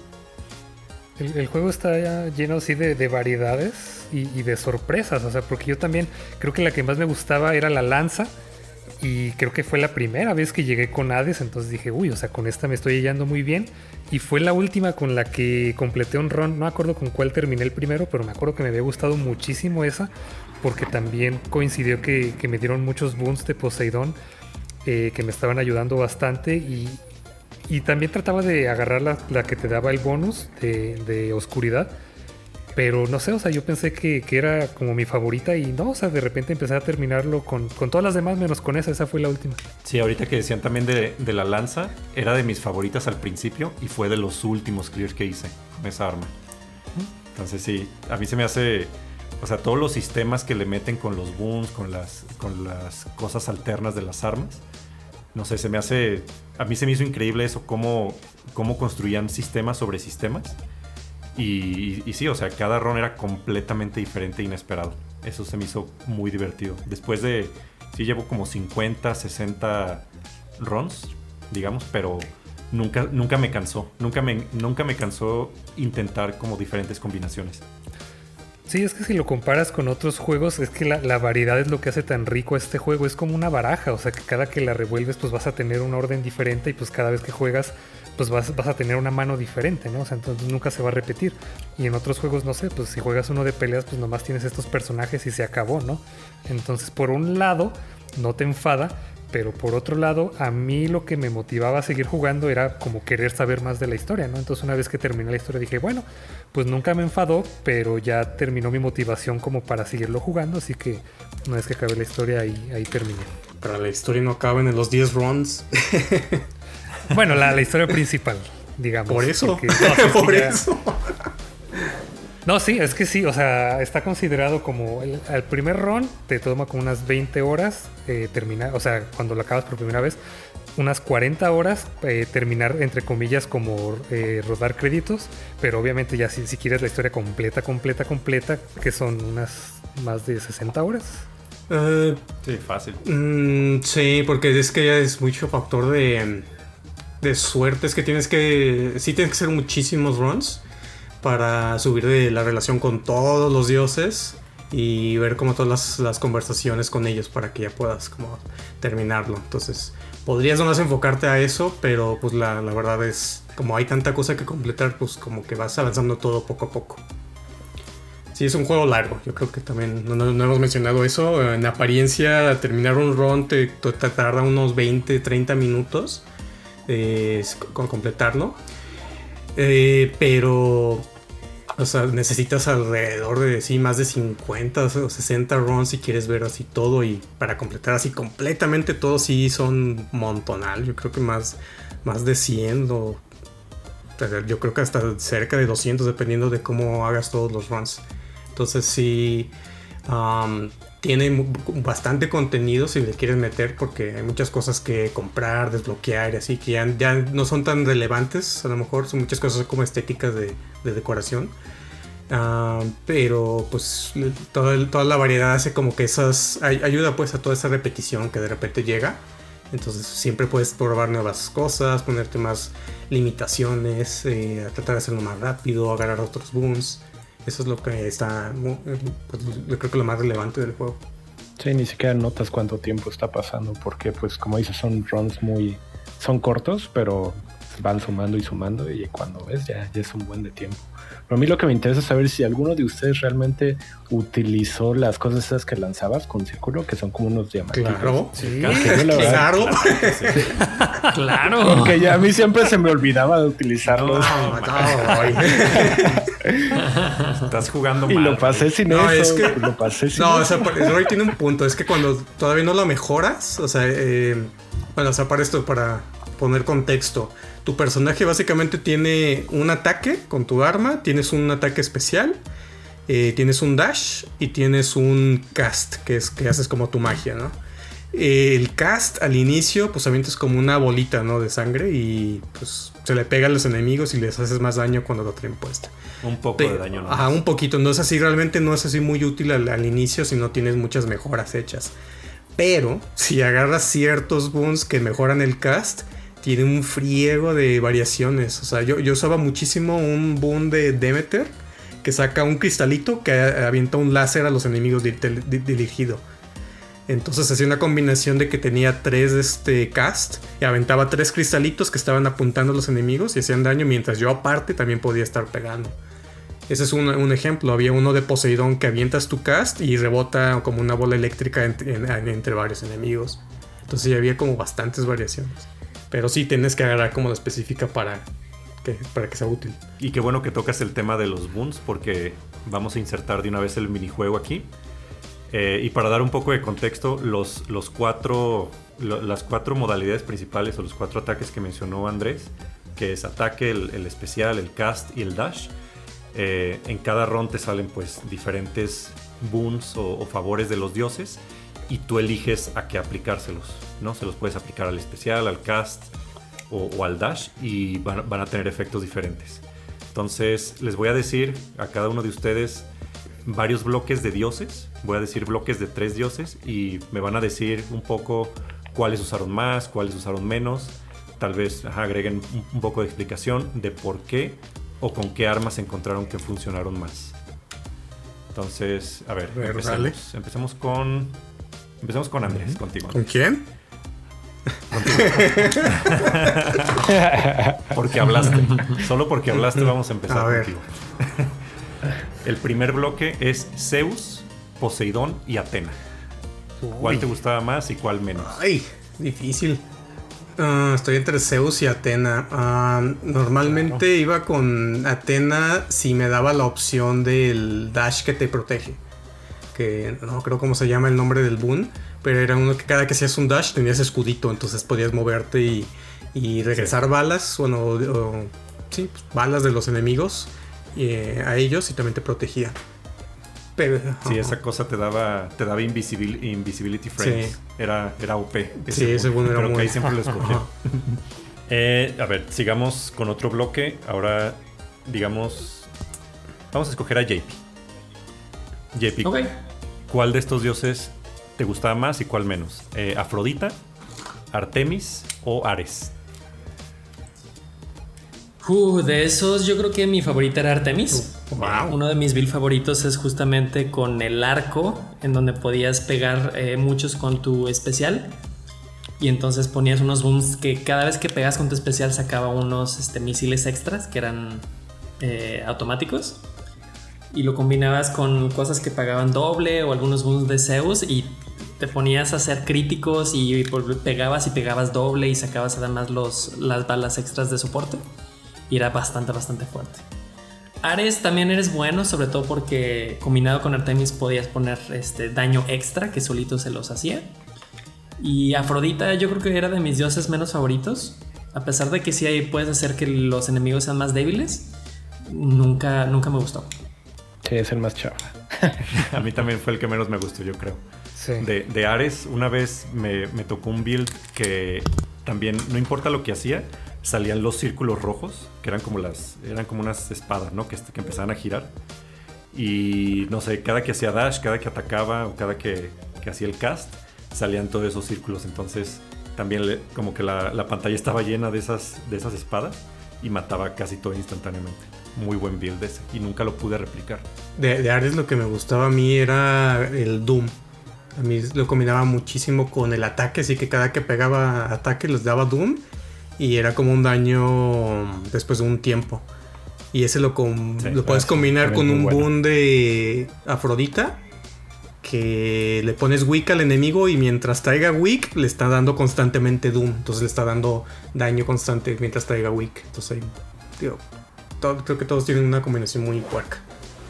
El, el juego está lleno así de, de variedades y, y de sorpresas, o sea, porque yo también creo que la que más me gustaba era la lanza y creo que fue la primera vez que llegué con Hades, entonces dije, uy, o sea, con esta me estoy hallando muy bien y fue la última con la que completé un run, no me acuerdo con cuál terminé el primero, pero me acuerdo que me había gustado muchísimo esa porque también coincidió que, que me dieron muchos boons de Poseidón eh, que me estaban ayudando bastante y Y también trataba de agarrar la, la que te daba el bonus de, de oscuridad. Pero no sé, o sea, yo pensé que, que era como mi favorita y no, o sea, de repente empecé a terminarlo con, con todas las demás menos con esa, esa fue la última. Sí, ahorita que decían también de, de la lanza, era de mis favoritas al principio y fue de los últimos clears que hice con esa arma. Entonces sí, a mí se me hace, o sea, todos los sistemas que le meten con los boons, con las, con las cosas alternas de las armas. No sé, se me hace... A mí se me hizo increíble eso, cómo, cómo construían sistemas sobre sistemas. Y, y, y sí, o sea, cada run era completamente diferente e inesperado. Eso se me hizo muy divertido. Después de... Sí, llevo como cincuenta, sesenta runs, digamos, pero nunca, nunca me cansó. Nunca me, nunca me cansó intentar como diferentes combinaciones. Sí, es que si lo comparas con otros juegos, es que la, la variedad es lo que hace tan rico este juego. Es como una baraja, o sea que cada que la revuelves pues vas a tener una orden diferente y pues cada vez que juegas pues vas, vas a tener una mano diferente, ¿no? O sea, entonces nunca se va a repetir. Y en otros juegos, no sé, pues si juegas uno de peleas pues nomás tienes estos personajes y se acabó, ¿no? Entonces por un lado no te enfada, Pero por otro lado, a mí lo que me motivaba a seguir jugando era como querer saber más de la historia, ¿no? Entonces una vez que terminé la historia dije, bueno, pues nunca me enfadó, pero ya terminó mi motivación como para seguirlo jugando, así que una vez que acabé la historia ahí, ahí terminé. Pero la historia no acaba en los diez runs. Bueno, la, la historia principal, digamos. Por eso, porque, no, sí, por ya... eso. No, sí, es que sí, o sea, está considerado como el, el primer run te toma como unas veinte horas eh, terminar, o sea, cuando lo acabas por primera vez, unas cuarenta horas eh, terminar, entre comillas, como eh, rodar créditos, pero obviamente ya si, si quieres la historia completa, completa, completa, que son unas más de sesenta horas. Uh, sí, fácil. Mm, sí, porque es que ya es mucho factor de, de suerte, es que tienes que, sí tienes que hacer muchísimos runs para subir de la relación con todos los dioses y ver como todas las, las conversaciones con ellos para que ya puedas como terminarlo. Entonces podrías nomás enfocarte a eso, pero pues la, la verdad es como hay tanta cosa que completar, pues como que vas avanzando todo poco a poco. Sí, es un juego largo, yo creo que también no, no, no hemos mencionado eso. En apariencia terminar un run te, te tarda unos veinte, treinta minutos eh, con completarlo. Eh, pero, o sea, necesitas alrededor de, sí, más de cincuenta o sesenta runs si quieres ver así todo. Y para completar así completamente todo, sí son montonal. Yo creo que más, más de cien o yo creo que hasta cerca de doscientos dependiendo de cómo hagas todos los runs. Entonces sí, um, tiene bastante contenido si le quieres meter, porque hay muchas cosas que comprar, desbloquear y así que ya, ya no son tan relevantes. A lo mejor son muchas cosas como estéticas de, de decoración, uh, pero pues toda, toda la variedad hace como que esas ayuda pues a toda esa repetición que de repente llega. Entonces siempre puedes probar nuevas cosas, ponerte más limitaciones, eh, tratar de hacerlo más rápido, agarrar otros boons. Eso es lo que está, pues, yo creo que lo más relevante del juego. Sí, ni siquiera notas cuánto tiempo está pasando, porque pues como dices, son runs muy, son cortos, pero van sumando y sumando, y cuando ves ya, ya es un buen de tiempo. Pero a mí lo que me interesa es saber si alguno de ustedes realmente utilizó las cosas esas que lanzabas con círculo, que son como unos diamantes. Claro, sí, claro. Claro. Porque ya a mí siempre se me olvidaba de utilizarlos. No, no, Estás jugando y mal. lo pasé sin no, eso. Es que, lo pasé sin no, eso. o sea, Roy tiene un punto. Es que cuando todavía no lo mejoras, o sea, eh, bueno, o sea, para esto, para poner contexto, tu personaje básicamente tiene un ataque con tu arma, tienes un ataque especial, eh, tienes un dash y tienes un cast, que es que haces como tu magia, ¿no? Eh, el cast al inicio, pues avientas como una bolita, ¿no? De sangre y pues se le pega a los enemigos y les haces más daño cuando lo traen puesta. Un poco Pero, de daño, ¿no? Ajá, un poquito. No es así, realmente no es así muy útil al, al inicio si no tienes muchas mejoras hechas. Pero si agarras ciertos boons que mejoran el cast, tiene un friego de variaciones. O sea, yo, yo usaba muchísimo un boon de Demeter que saca un cristalito que avienta un láser a los enemigos di- di- dirigido. Entonces hacía una combinación de que tenía tres este, cast y aventaba tres cristalitos que estaban apuntando a los enemigos y hacían daño, mientras yo aparte también podía estar pegando. Ese es un, un ejemplo. Había uno de Poseidón que avientas tu cast y rebota como una bola eléctrica entre, en, en, entre varios enemigos. Entonces ya había como bastantes variaciones. Pero sí tienes que agarrar como la específica para que, para que sea útil. Y qué bueno que tocas el tema de los boons, porque vamos a insertar de una vez el minijuego aquí. Eh, y para dar un poco de contexto, los, los cuatro, lo, las cuatro modalidades principales o los cuatro ataques que mencionó Andrés, que es ataque, el, el especial, el cast y el dash, eh, en cada ron te salen pues diferentes boons o, o favores de los dioses y tú eliges a qué aplicárselos, ¿no? Se los puedes aplicar al especial, al cast o, o al dash y van, van a tener efectos diferentes. Entonces les voy a decir a cada uno de ustedes varios bloques de dioses. Voy a decir bloques de tres dioses y me van a decir un poco cuáles usaron más, cuáles usaron menos. Tal vez ajá, agreguen un, un poco de explicación de por qué o con qué armas encontraron que funcionaron más. Entonces, a ver, ver, empecemos. dale. Empecemos con empecemos con Andrés, uh-huh. contigo. ¿Con quién? Porque hablaste. Solo porque hablaste vamos a empezar a ver. contigo. El primer bloque es Zeus, Poseidón y Atena. ¿Cuál Uy. te gustaba más y cuál menos? Ay, Difícil. Uh, estoy entre Zeus y Athena. Uh, normalmente claro. iba con Athena si me daba la opción del dash que te protege. Que no creo cómo se llama el nombre del boon, pero era uno que cada que hacías un dash tenías escudito, entonces podías moverte y, y regresar sí. balas, bueno, o, o, sí, pues, balas de los enemigos eh, a ellos y también te protegía. Pero, sí, uh-huh. esa cosa te daba te daba invisibil, invisibility frames. Sí. Era, era O P. Ese sí, ese boon era pero muy... que ahí siempre lo escogía. eh, a ver, sigamos con otro bloque. Ahora, digamos, vamos a escoger a J P. J P, okay. ¿Cuál de estos dioses te gustaba más y cuál menos? Eh, ¿Afrodita, Artemis o Ares? Uh, de esos yo creo que mi favorita era Artemis. Uh, wow. Uno de mis build favoritos es justamente con el arco, en donde podías pegar eh, muchos con tu especial. Y entonces ponías unos booms que cada vez que pegas con tu especial sacaba unos este, misiles extras que eran eh, automáticos. Y lo combinabas con cosas que pagaban doble o algunos booms de Zeus y te ponías a hacer críticos y pegabas y pegabas doble y sacabas además los, las balas extras de soporte. Y era bastante, bastante fuerte. Ares también eres bueno, sobre todo porque combinado con Artemis podías poner este daño extra que solito se los hacía. Y Afrodita yo creo que era de mis dioses menos favoritos. A pesar de que sí ahí puedes hacer que los enemigos sean más débiles, nunca, nunca me gustó. Sí, es el más chava. A mí también fue el que menos me gustó, yo creo. Sí. De, de Ares, una vez me, me tocó un build que también, no importa lo que hacía, salían los círculos rojos, que eran como las eran como unas espadas, ¿no? Que, que empezaban a girar. Y no sé, cada que hacía dash, cada que atacaba o cada que, que hacía el cast, salían todos esos círculos. Entonces también le, como que la, la pantalla estaba llena de esas, de esas espadas y mataba casi todo instantáneamente. Muy buen build ese y nunca lo pude replicar. De, de Ares lo que me gustaba a mí era el Doom. A mí lo combinaba muchísimo con el ataque, así que cada que pegaba ataque les daba Doom. Y era como un daño después de un tiempo. Y ese lo, com- sí, lo puedes combinar con un bueno. boon de Afrodita. Que le pones weak al enemigo y mientras traiga weak le está dando constantemente Doom. Entonces le está dando daño constante mientras traiga weak. Entonces ahí, tío, todo, creo que todos tienen una combinación muy puerca.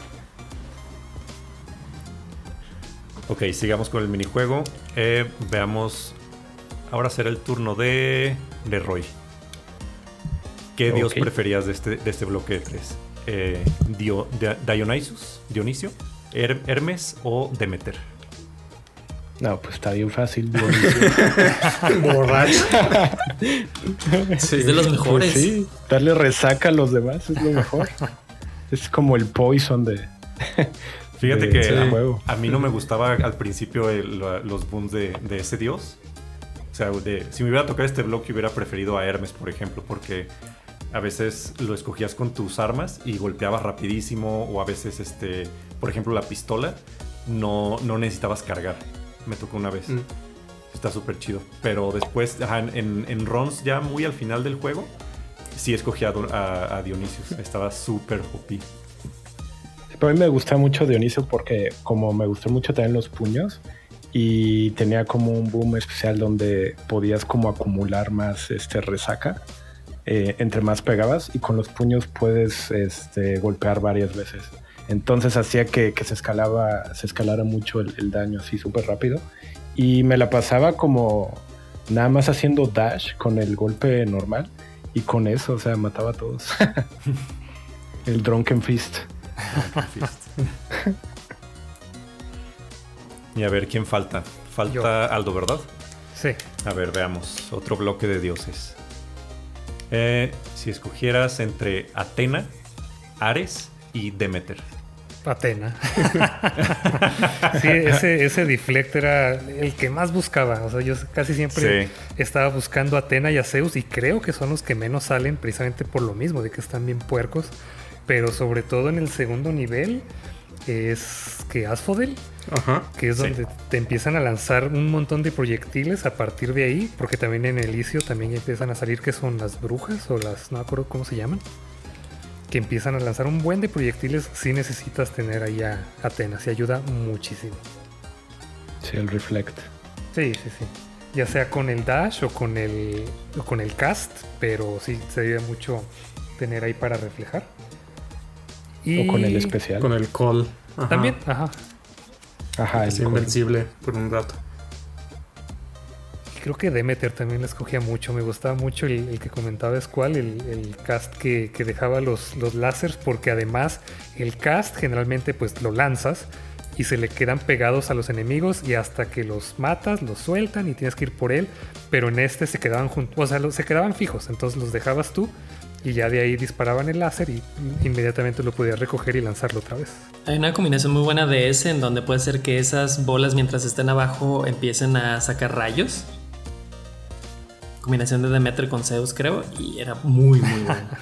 Ok, sigamos con el minijuego. Eh, veamos. Ahora será el turno de, de Roy. ¿Qué dios okay. preferías de este, de este bloque de tres? Eh, Dio, Di- Dionysus, Dionisio, Her- Hermes o Demeter. No, pues está bien fácil. Dionisio. Borracho. Sí. Es de los mejores. Pues sí, darle resaca a los demás es lo mejor. Es como el poison de... Fíjate de, que sí. a, a mí no me gustaba al principio el, los boons de, de ese dios. O sea, de, si me hubiera tocado este bloque hubiera preferido a Hermes, por ejemplo, porque a veces lo escogías con tus armas y golpeabas rapidísimo, o a veces, este, por ejemplo, la pistola no, no necesitabas cargar. Me tocó una vez. Mm. Está súper chido. Pero después, ajá, en, en runs ya muy al final del juego, sí escogí a, a, a Dionisius. Estaba súper O P. Pero a mí me gusta mucho Dionisio porque como me gustó mucho también los puños y tenía como un boom especial donde podías como acumular más este resaca eh, entre más pegabas, y con los puños puedes este, golpear varias veces. Entonces hacía que, que se escalaba, se escalara mucho el, el daño así súper rápido, y me la pasaba como nada más haciendo dash con el golpe normal, y con eso, o sea, mataba a todos. El Drunken Fist. Y a ver, ¿quién falta? Falta Yo. Aldo, ¿verdad? Sí. A ver, veamos. Otro bloque de dioses. Eh, si escogieras entre Athena, Ares y Demeter. Athena. Sí, ese, ese deflect era el que más buscaba. O sea, yo casi siempre sí. estaba buscando a Athena y a Zeus, y creo que son los que menos salen precisamente por lo mismo, de que están bien puercos. Pero sobre todo en el segundo nivel es que Asphodel, Ajá, que es donde sí. te empiezan a lanzar un montón de proyectiles a partir de ahí, porque también en Elysium también empiezan a salir que son las brujas o las, no me acuerdo cómo se llaman, que empiezan a lanzar un buen de proyectiles. Sí necesitas tener ahí a Athena, sí ayuda muchísimo. Sí, el Reflect. Sí, sí, sí. ya sea con el dash o con el, o con el cast, pero sí se debe mucho tener ahí para reflejar. Y o con el especial. Con el call. Ajá. También, ajá. Ajá, Es el invencible por un rato. Creo que Demeter también la escogía mucho. Me gustaba mucho el, el que comentaba Squall, el, el cast que, que dejaba los, los láseres, porque además el cast generalmente pues lo lanzas y se le quedan pegados a los enemigos y hasta que los matas los sueltan y tienes que ir por él, pero en este se quedaban juntos, o sea, lo, se quedaban fijos, entonces los dejabas tú y ya de ahí disparaban el láser y inmediatamente lo podías recoger y lanzarlo otra vez. Hay una combinación muy buena de ese en donde puede ser que esas bolas mientras estén abajo empiecen a sacar rayos. Combinación de Demeter con Zeus, creo, y era muy, muy buena.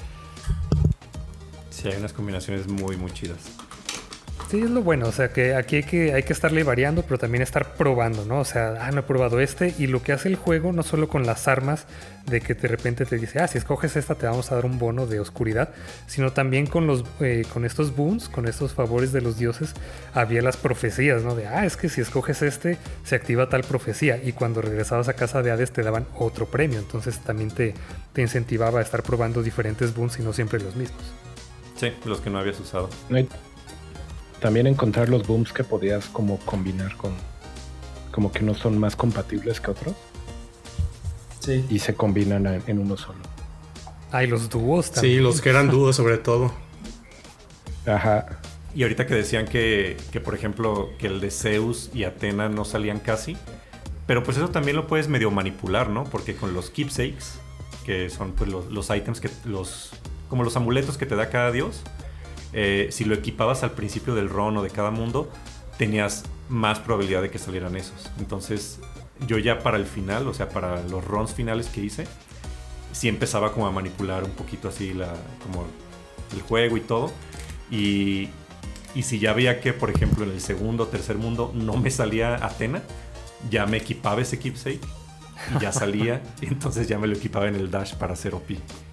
Sí, hay unas combinaciones muy, muy chidas. Sí, es lo bueno, o sea que aquí hay que, hay que estarle variando, pero también estar probando, ¿no? O sea, ah, no he probado este, y lo que hace el juego, no solo con las armas, de que de repente te dice, ah, si escoges esta te vamos a dar un bono de oscuridad, sino también con los eh, con estos boons, con estos favores de los dioses, había las profecías, ¿no? De, ah, es que si escoges este, se activa tal profecía, y cuando regresabas a casa de Hades te daban otro premio, entonces también te, te incentivaba a estar probando diferentes boons y no siempre los mismos. Sí, los que no habías usado. No hay... También encontrar los booms que podías como combinar con... Como que no son más compatibles que otros. Sí. Y se combinan en, en uno solo. Ah, y los dúos también. Sí, los que eran dúos sobre todo. Ajá. Y ahorita que decían que, que, por ejemplo, que el de Zeus y Atena no salían casi. Pero pues eso también lo puedes medio manipular, ¿no? Porque con los keepsakes, que son pues los, los ítems que... los como los amuletos que te da cada dios... Eh, si lo equipabas al principio del run o de cada mundo, tenías más probabilidad de que salieran esos. Entonces yo ya para el final, o sea, para los runs finales que hice, sí empezaba como a manipular un poquito así la, como el juego y todo. Y, y si ya veía que, por ejemplo, en el segundo o tercer mundo no me salía Atena, ya me equipaba ese keepsake y ya salía. Y entonces ya me lo equipaba en el dash para hacer O P.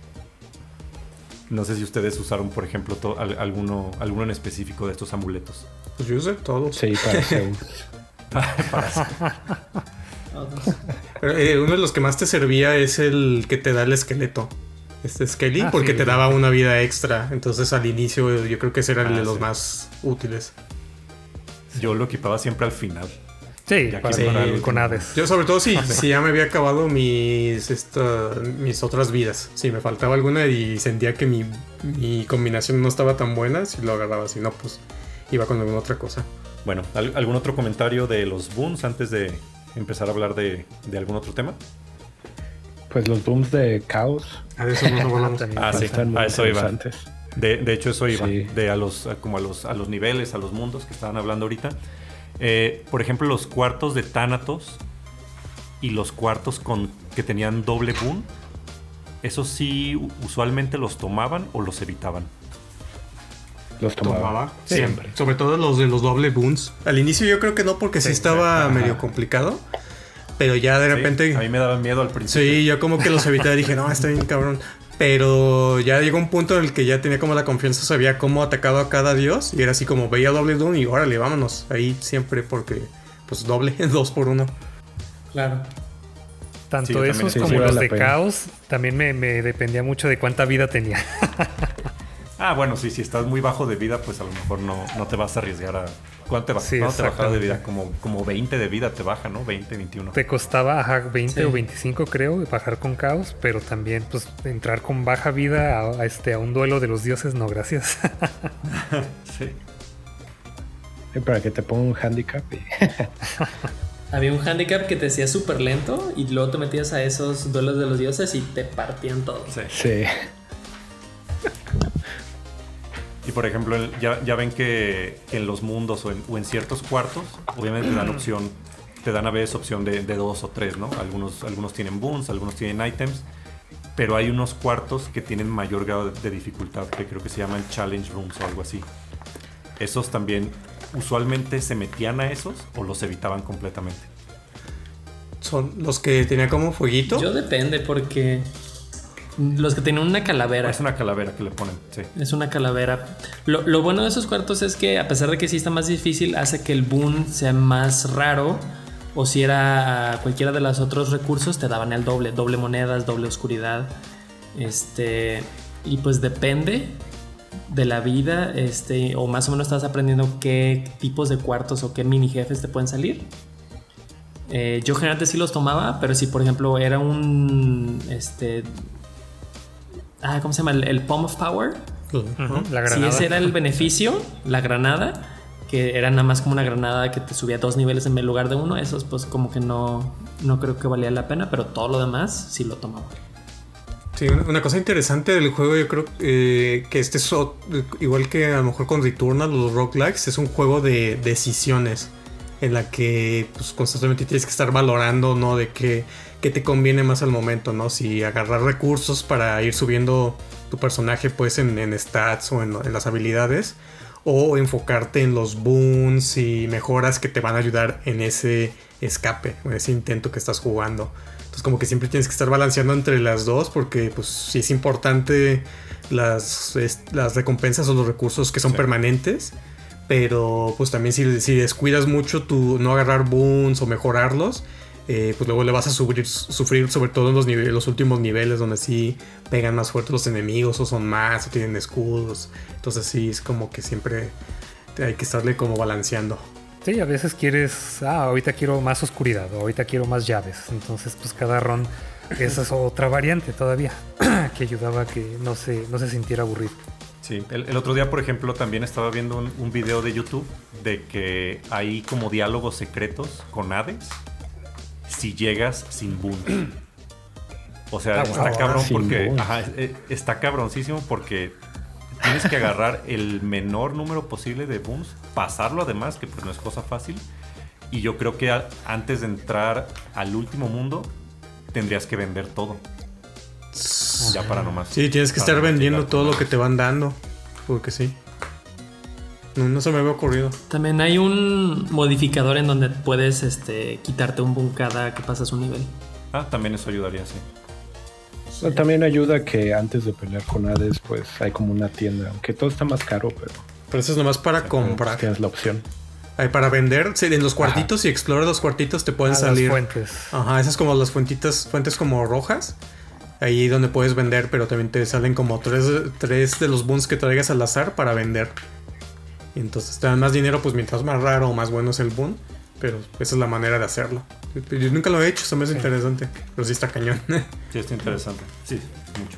No sé si ustedes usaron, por ejemplo, to- alguno, alguno en específico de estos amuletos. Pues yo usé todos. Sí, para Zeus. Pero, eh, uno de los que más te servía es el que te da el esqueleto. Este Skelly, Ah, porque sí, te sí. daba una vida extra. Entonces al inicio yo creo que ese era el Ah, de los sí. más útiles. Yo lo equipaba siempre al final. Sí, Ya para, que para sí. el- con Hades. Yo sobre todo si, si ya me había acabado mis, esta, mis otras vidas. Si me faltaba alguna y sentía que mi, mi combinación no estaba tan buena, si lo agarraba. Si no, pues iba con alguna otra cosa. Bueno, ¿al- ¿algún otro comentario de los boons antes de empezar a hablar de, de algún otro tema? Pues los booms de Caos A eso nos hablamos. También. Ah, sí, están muy a eso iba. interesantes. De, de hecho, eso iba. Sí. De a los, a- como a los, a los niveles, a los mundos que estaban hablando ahorita. Eh, por ejemplo, los cuartos de Thanatos y los cuartos con, que tenían doble boon, esos sí u- usualmente los tomaban o los evitaban. Los tomaba. Tomaba Sí. siempre. Sobre todo los de los doble boons. Al inicio yo creo que no, porque sí, Sí, estaba sí. medio Ajá. complicado. Pero ya de Sí, repente. a mí me daba miedo al principio. Sí, yo como que los evité. Dije, no, está bien cabrón. Pero ya llegó un punto en el que ya tenía como la confianza, sabía cómo atacaba a cada dios. Y era así como veía doble boon y órale, vámonos. Ahí siempre porque, pues doble, dos por uno. Claro. Tanto Sí, yo también esos estoy como seguro los de de la pena. Caos, también me, me dependía mucho de cuánta vida tenía. Ah, bueno, sí, si estás muy bajo de vida, pues a lo mejor no, no te vas a arriesgar a... ¿Cuánto te, baja? Sí, ¿Cuánto te bajaba de vida? exactamente. Como, como veinte de vida te baja, ¿no? veinte, veintiuno. Te costaba ajá, veinte Sí. o veinticinco creo bajar con Caos, pero también pues entrar con baja vida a, a este, a un duelo de los dioses, no gracias. Sí. Sí, para que te ponga un handicap. y- Había un handicap que te hacía súper lento y luego te metías a esos duelos de los dioses y te partían todo. Sí. Sí. Y por ejemplo, el- ya, ya ven que, que en los mundos o en, o en ciertos cuartos, obviamente te dan opción, te dan a veces opción de, de dos o tres, ¿no? Algunos, algunos tienen boons, algunos tienen items, pero hay unos cuartos que tienen mayor grado de, de dificultad, que creo que se llaman challenge rooms o algo así. Esos también, usualmente se metían a esos o los evitaban completamente. Son los que tenía como fueguito. Yo depende porque los que tienen una calavera. Es una calavera que le ponen, sí. Es una calavera. Lo, lo bueno de esos cuartos es que a pesar de que sí está más difícil, hace que el boon sea más raro o si era cualquiera de los otros recursos, te daban el doble, doble monedas, doble oscuridad. Este, y pues depende de la vida, este, o más o menos estás aprendiendo qué tipos de cuartos o qué mini jefes te pueden salir. Eh, yo generalmente sí los tomaba, pero si por ejemplo era un este ah, ¿cómo se llama? El, el Palm of Power. Uh-huh. La granada. Si ese era el beneficio, la granada, que era nada más como una granada que te subía dos niveles en lugar de uno, esos pues como que no, no creo que valía la pena, pero todo lo demás sí lo tomaba. Sí, una cosa interesante del juego, yo creo eh, que este es igual que a lo mejor con Returnal, los roguelikes, es un juego de decisiones en la que pues, constantemente tienes que estar valorando, ¿no? De qué, qué te conviene más al momento, ¿no? Si agarrar recursos para ir subiendo tu personaje pues en, en stats o en, en las habilidades, o enfocarte en los boons y mejoras que te van a ayudar en ese escape, en ese intento que estás jugando. Entonces como que siempre tienes que estar balanceando entre las dos, porque pues sí es importante las, es, las recompensas o los recursos que son sí. permanentes, pero pues también si, si descuidas mucho tu no agarrar boons o mejorarlos, eh, pues luego le vas a sufrir, sufrir sobre todo en los, niveles, los últimos niveles donde sí pegan más fuerte los enemigos o son más o tienen escudos. Entonces sí es como que siempre hay que estarle como balanceando. Sí, a veces quieres, ah, ahorita quiero más oscuridad, o ahorita quiero más llaves. Entonces, pues cada run, esa es otra variante todavía, que ayudaba a que no se, no se sintiera aburrido. Sí, el, el otro día, por ejemplo, también estaba viendo un, un video de YouTube de que hay como diálogos secretos con Hades si llegas sin boons. O sea, ah, está wow, cabrón porque, ajá, está cabroncísimo porque tienes que agarrar el menor número posible de boons, pasarlo además, que pues no es cosa fácil. Y yo creo que a, antes de entrar al último mundo, tendrías que vender todo. Ya para nomás. Sí, tienes que estar vendiendo todo lo que te van dando. Porque sí. No, no se me había ocurrido. También hay un modificador en donde puedes este, quitarte un boon cada que pasas un nivel. Ah, también eso ayudaría, sí. Sí. También ayuda que antes de pelear con Hades, pues hay como una tienda, aunque todo está más caro, pero... Pero eso es nomás para sí, comprar. Tienes la opción. Hay para vender, sí, en los cuartitos, si exploras los cuartitos te pueden ah, salir... Las fuentes. Ajá, esas como las fuentitas, fuentes como rojas. Ahí donde puedes vender, pero también te salen como tres, tres de los boons que traigas al azar para vender. Y entonces te dan más dinero, pues mientras más raro o más bueno es el boon. Pero esa es la manera de hacerlo. Yo nunca lo he hecho, se me hace sí. interesante. Pero sí está cañón. Sí, está interesante. Sí, mucho.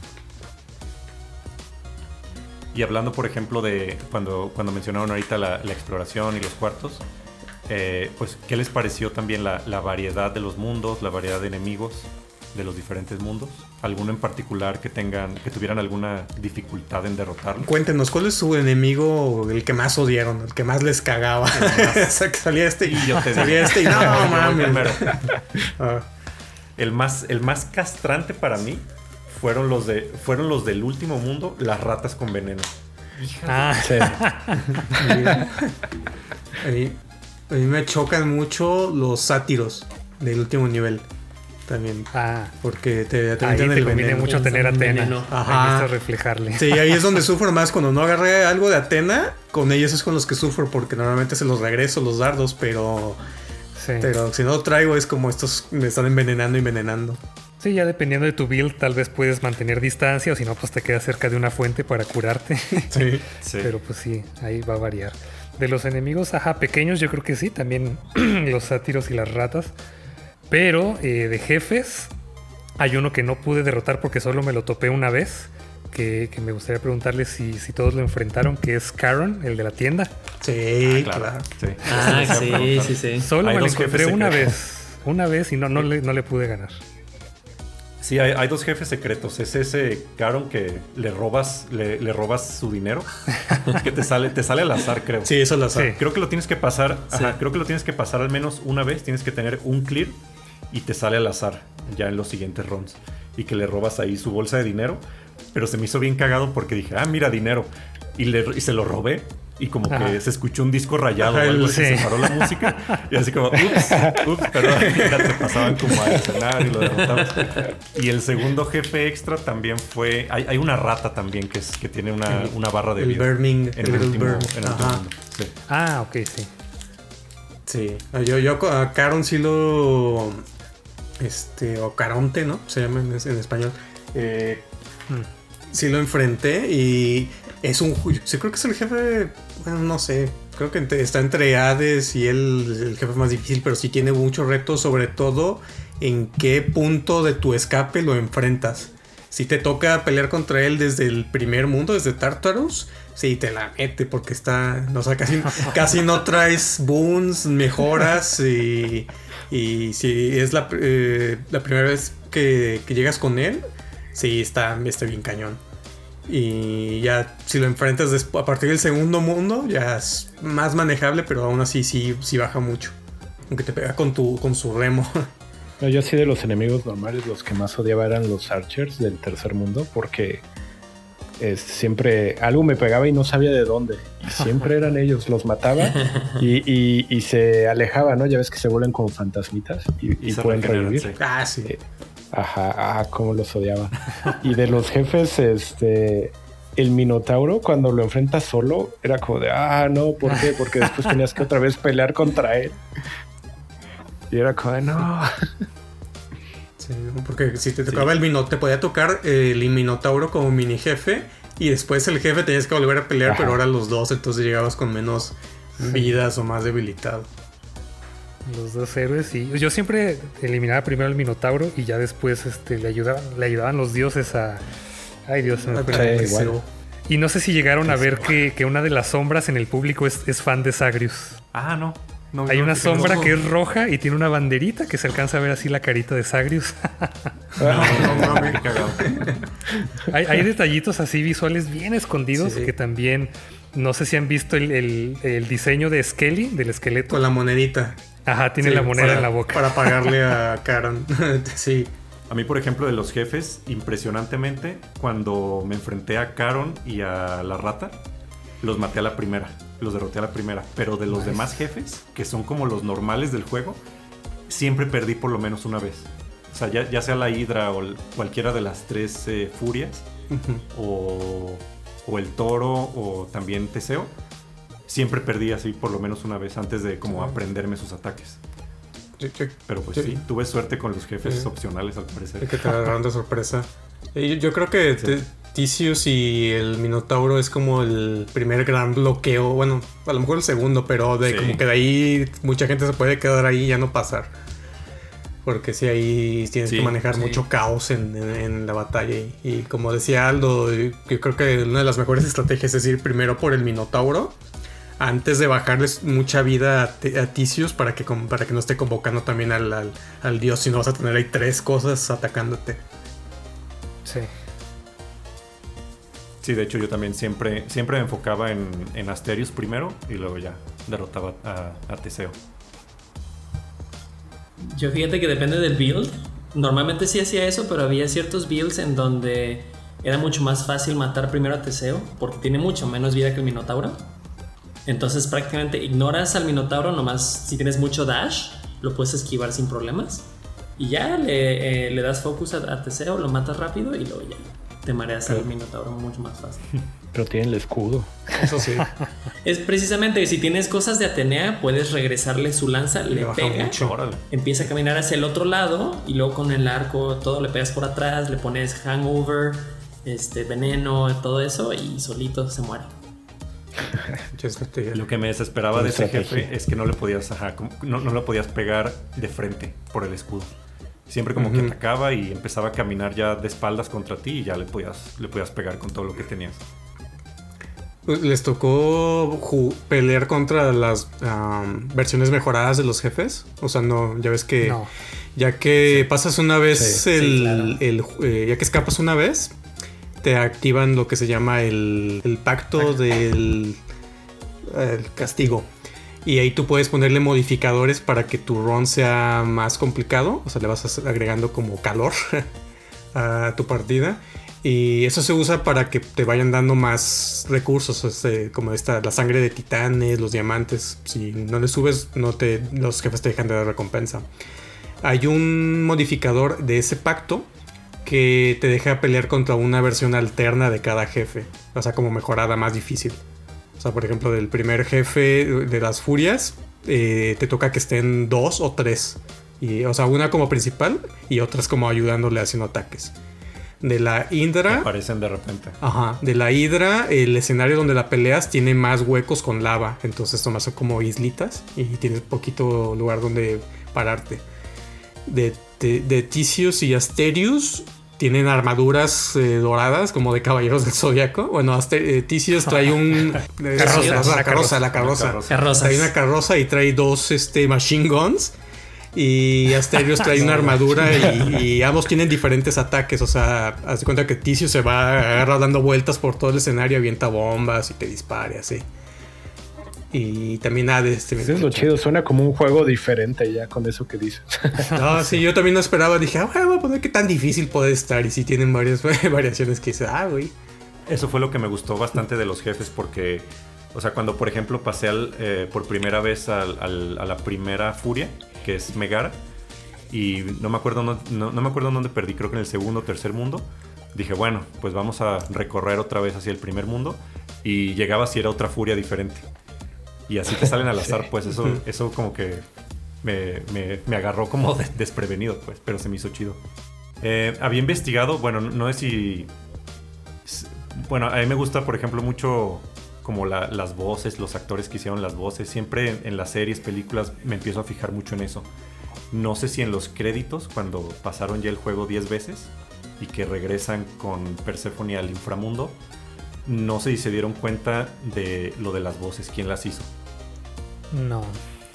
Y hablando, por ejemplo, de cuando, cuando mencionaron ahorita la, la exploración y los cuartos, eh, pues, ¿qué les pareció también la, la variedad de los mundos, la variedad de enemigos de los diferentes mundos? ¿Alguno en particular que tengan, que tuvieran alguna dificultad en derrotarlo? Cuéntenos, ¿cuál es su enemigo, el que más odiaron, el que más les cagaba? O sea, que salía este y yo te salía este y no, no mames. ah. El más, el más castrante para mí fueron los de, fueron los del último mundo, las ratas con veneno. Ah, sí. a, mí, a mí me chocan mucho los sátiros del último nivel. También. Ah, porque te, te ahí te el conviene veneno. mucho tener a Athena. Ajá. Ahí reflejarle. Sí, ahí es donde sufro más. Cuando no agarré algo de Athena, con ellos es con los que sufro, porque normalmente se los regreso los dardos, pero sí. Pero si no lo traigo es como estos me están envenenando y envenenando. Sí, ya dependiendo de tu build, tal vez puedes mantener distancia, o si no, pues te quedas cerca de una fuente para curarte. Sí, sí. Pero pues sí, ahí va a variar. De los enemigos, ajá, pequeños, yo creo que sí, también los sátiros y las ratas. Pero eh, de jefes, hay uno que no pude derrotar porque solo me lo topé una vez. Que, que me gustaría preguntarle si, si todos lo enfrentaron, que es Charon, el de la tienda. Sí, ah, claro. Sí, ah, sí, sí, sí. Solo hay me lo encontré una vez. Una vez y no, no, le, no le pude ganar. Sí, hay, hay dos jefes secretos. Es ese Charon que le robas, le, le robas su dinero. Que te sale, te sale al azar, creo. Sí, eso al azar. Sí. Creo que lo tienes que pasar. Sí. Ajá, creo que lo tienes que pasar al menos una vez. Tienes que tener un clear y te sale al azar ya en los siguientes runs. Y que le robas ahí su bolsa de dinero. Pero se me hizo bien cagado porque dije, ah, mira, dinero. Y, le, y se lo robé. Y como Ajá. que se escuchó un disco rayado. Ajá, o algo así, sí. Se paró la música. Y así como, ups, ups, perdón. Ya te pasaban como al escenario y lo derrotabas. Y el segundo jefe extra también fue... Hay, hay una rata también que, es, que tiene una, una barra de el vida. Burning, en el, el último, en el último mundo. Sí. Ah, ok, sí. Sí, yo, yo a Caron sí lo... Este, o Caronte, ¿no? Se llama en, en español. Eh, hmm. Sí lo enfrenté y es un... Sí, creo que es el jefe... Bueno, no sé. Creo que está entre Hades y él, el jefe más difícil, pero sí tiene muchos retos, sobre todo en qué punto de tu escape lo enfrentas. Si te toca pelear contra él desde el primer mundo, desde Tartarus, sí te la mete porque está... O sea, casi, casi no traes boons, mejoras y... Y si es la, eh, la primera vez que, que llegas con él, sí, está, está bien cañón. Y ya si lo enfrentas después, a partir del segundo mundo, ya es más manejable, pero aún así sí, sí baja mucho. Aunque te pega con, tu, con su remo. No, yo sí de los enemigos normales, los que más odiaba eran los Archers del tercer mundo, porque es, siempre algo me pegaba y no sabía de dónde. Y siempre eran ellos, los mataba y, y, y se alejaba, ¿no? Ya ves que se vuelven como fantasmitas y, y, y pueden revivir. Sí. Ah, sí. Eh, ajá, ah, cómo los odiaba. Y de los jefes, este... El Minotauro, cuando lo enfrentas solo, era como de, ah, no, ¿por qué? Porque después tenías que otra vez pelear contra él. Y era como de, no. Sí, porque si te tocaba sí. el Minotauro, te podía tocar el Minotauro como mini jefe y después el jefe tenías que volver a pelear, ajá, pero ahora los dos, entonces llegabas con menos vidas o más debilitado. Los dos héroes, sí. Yo siempre eliminaba primero al Minotauro y ya después este, le, ayudaban, le ayudaban los dioses a... Ay, Dios, se me acuerda. Sí, igual. Y no sé si llegaron a ver que, que una de las sombras en el público es, es fan de Zagreus. Ah, no. no Hay no, una no, sombra no. que es roja y tiene una banderita que se alcanza a ver así la carita de Zagreus. No, no, no, me he cagado. hay, hay detallitos así visuales bien escondidos, sí, que también... No sé si han visto el, el, el diseño de Skelly, del esqueleto. Con la monedita. Ajá, tiene sí, la moneda para, en la boca. Para pagarle a Karen. Sí. A mí, por ejemplo, de los jefes, impresionantemente, cuando me enfrenté a Caron y a la rata, los maté a la primera, los derroté a la primera. Pero de los nice. demás jefes, que son como los normales del juego, siempre perdí por lo menos una vez. O sea, ya, ya sea la Hidra o el, cualquiera de las tres eh, furias, uh-huh. o, o el toro, o también Teseo, siempre perdí así por lo menos una vez antes de como aprenderme sus ataques. Pero pues sí, sí, tuve suerte con los jefes sí. opcionales al parecer. Que te agarraron de sorpresa. Yo, yo creo que sí. Theseus y el Minotauro es como el primer gran bloqueo. Bueno, a lo mejor el segundo, pero de sí. como que de ahí mucha gente se puede quedar ahí y ya no pasar. Porque sí, ahí tienes sí, que manejar sí. mucho caos en, en, en la batalla. Y, y como decía Aldo, yo creo que una de las mejores estrategias es ir primero por el Minotauro antes de bajarles mucha vida a, te, a Theseus para que, para que no esté convocando también al, al, al dios, si no vas a tener ahí tres cosas atacándote. Sí. Sí, de hecho yo también siempre, siempre me enfocaba en, en Asterius primero y luego ya derrotaba a, a Teseo. Yo fíjate que depende del build. Normalmente sí hacía eso, pero había ciertos builds en donde era mucho más fácil matar primero a Teseo porque tiene mucho menos vida que el Minotauro. Entonces prácticamente ignoras al Minotauro, nomás si tienes mucho dash lo puedes esquivar sin problemas y ya le, eh, le das focus a, a Teseo, lo matas rápido y luego ya te mareas al Minotauro mucho más fácil. Pero tiene el escudo. Eso sí. Es precisamente que si tienes cosas de Atenea puedes regresarle su lanza, le, le pega, empieza a caminar hacia el otro lado y luego con el arco todo le pegas por atrás, le pones hangover, este, veneno, todo eso y solito se muere. Lo que me desesperaba de ese jefe es que no le podías ajá, no, no le podías pegar de frente por el escudo. Siempre como uh-huh. que atacaba y empezaba a caminar ya de espaldas contra ti y ya le podías, le podías pegar con todo lo que tenías. ¿Les tocó ju- pelear contra las um, versiones mejoradas de los jefes? O sea, no, ya ves que no. ya que sí. pasas una vez sí. el, sí, claro. el eh, ya que escapas una vez te activan lo que se llama el, el pacto del el castigo. Y ahí tú puedes ponerle modificadores para que tu run sea más complicado. O sea, le vas agregando como calor a tu partida. Y eso se usa para que te vayan dando más recursos. Este, como esta, la sangre de titanes, los diamantes. Si no le subes, no te, los jefes te dejan de dar recompensa. Hay un modificador de ese pacto que te deja pelear contra una versión alterna de cada jefe. O sea, como mejorada, más difícil. O sea, por ejemplo, del primer jefe de las furias, eh, te toca que estén dos o tres. Y, o sea, una como principal y otras como ayudándole haciendo ataques. De la Hydra... Aparecen de repente. Ajá. De la Hydra, el escenario donde la peleas tiene más huecos con lava. Entonces tomas como islitas y tienes poquito lugar donde pararte. De, de, de Theseus y Asterius tienen armaduras eh, doradas como de caballeros del Zodiaco. Bueno, Aster eh, Theseus trae un... eh, Carroza, la, la, la carroza, la carroza. carroza. Carrozas. Trae una carroza y trae dos este, machine guns. Y Asterios trae una armadura y, y ambos tienen diferentes ataques. O sea, haz de cuenta que Theseus se va agarra dando vueltas por todo el escenario, avienta bombas y te dispara, así. Y también Hades. Eso es lo chido, suena como un juego diferente ya con eso que dices. No, sí, yo también no esperaba. Dije, ah, bueno, pues qué tan difícil puede estar. Y sí tienen varias variaciones que dice, ah, güey. Eso fue lo que me gustó bastante de los jefes porque, o sea, cuando por ejemplo pasé al, eh, por primera vez al, al, a la primera furia, que es Megara, y no me acuerdo no, no, no me acuerdo dónde perdí, creo que en el segundo o tercer mundo. Dije, bueno, pues vamos a recorrer otra vez hacia el primer mundo. Y llegaba si era otra furia diferente. Y así te salen al azar, pues eso, eso como que me, me, me agarró como de, desprevenido, pues, pero se me hizo chido. Eh, había investigado, bueno, no sé si... Bueno, a mí me gusta, por ejemplo, mucho como la, las voces, los actores que hicieron las voces. Siempre en, en las series, películas, me empiezo a fijar mucho en eso. No sé si en los créditos, cuando pasaron ya el juego diez veces y que regresan con Persephone al inframundo, no sé si se dieron cuenta de lo de las voces, quién las hizo. No.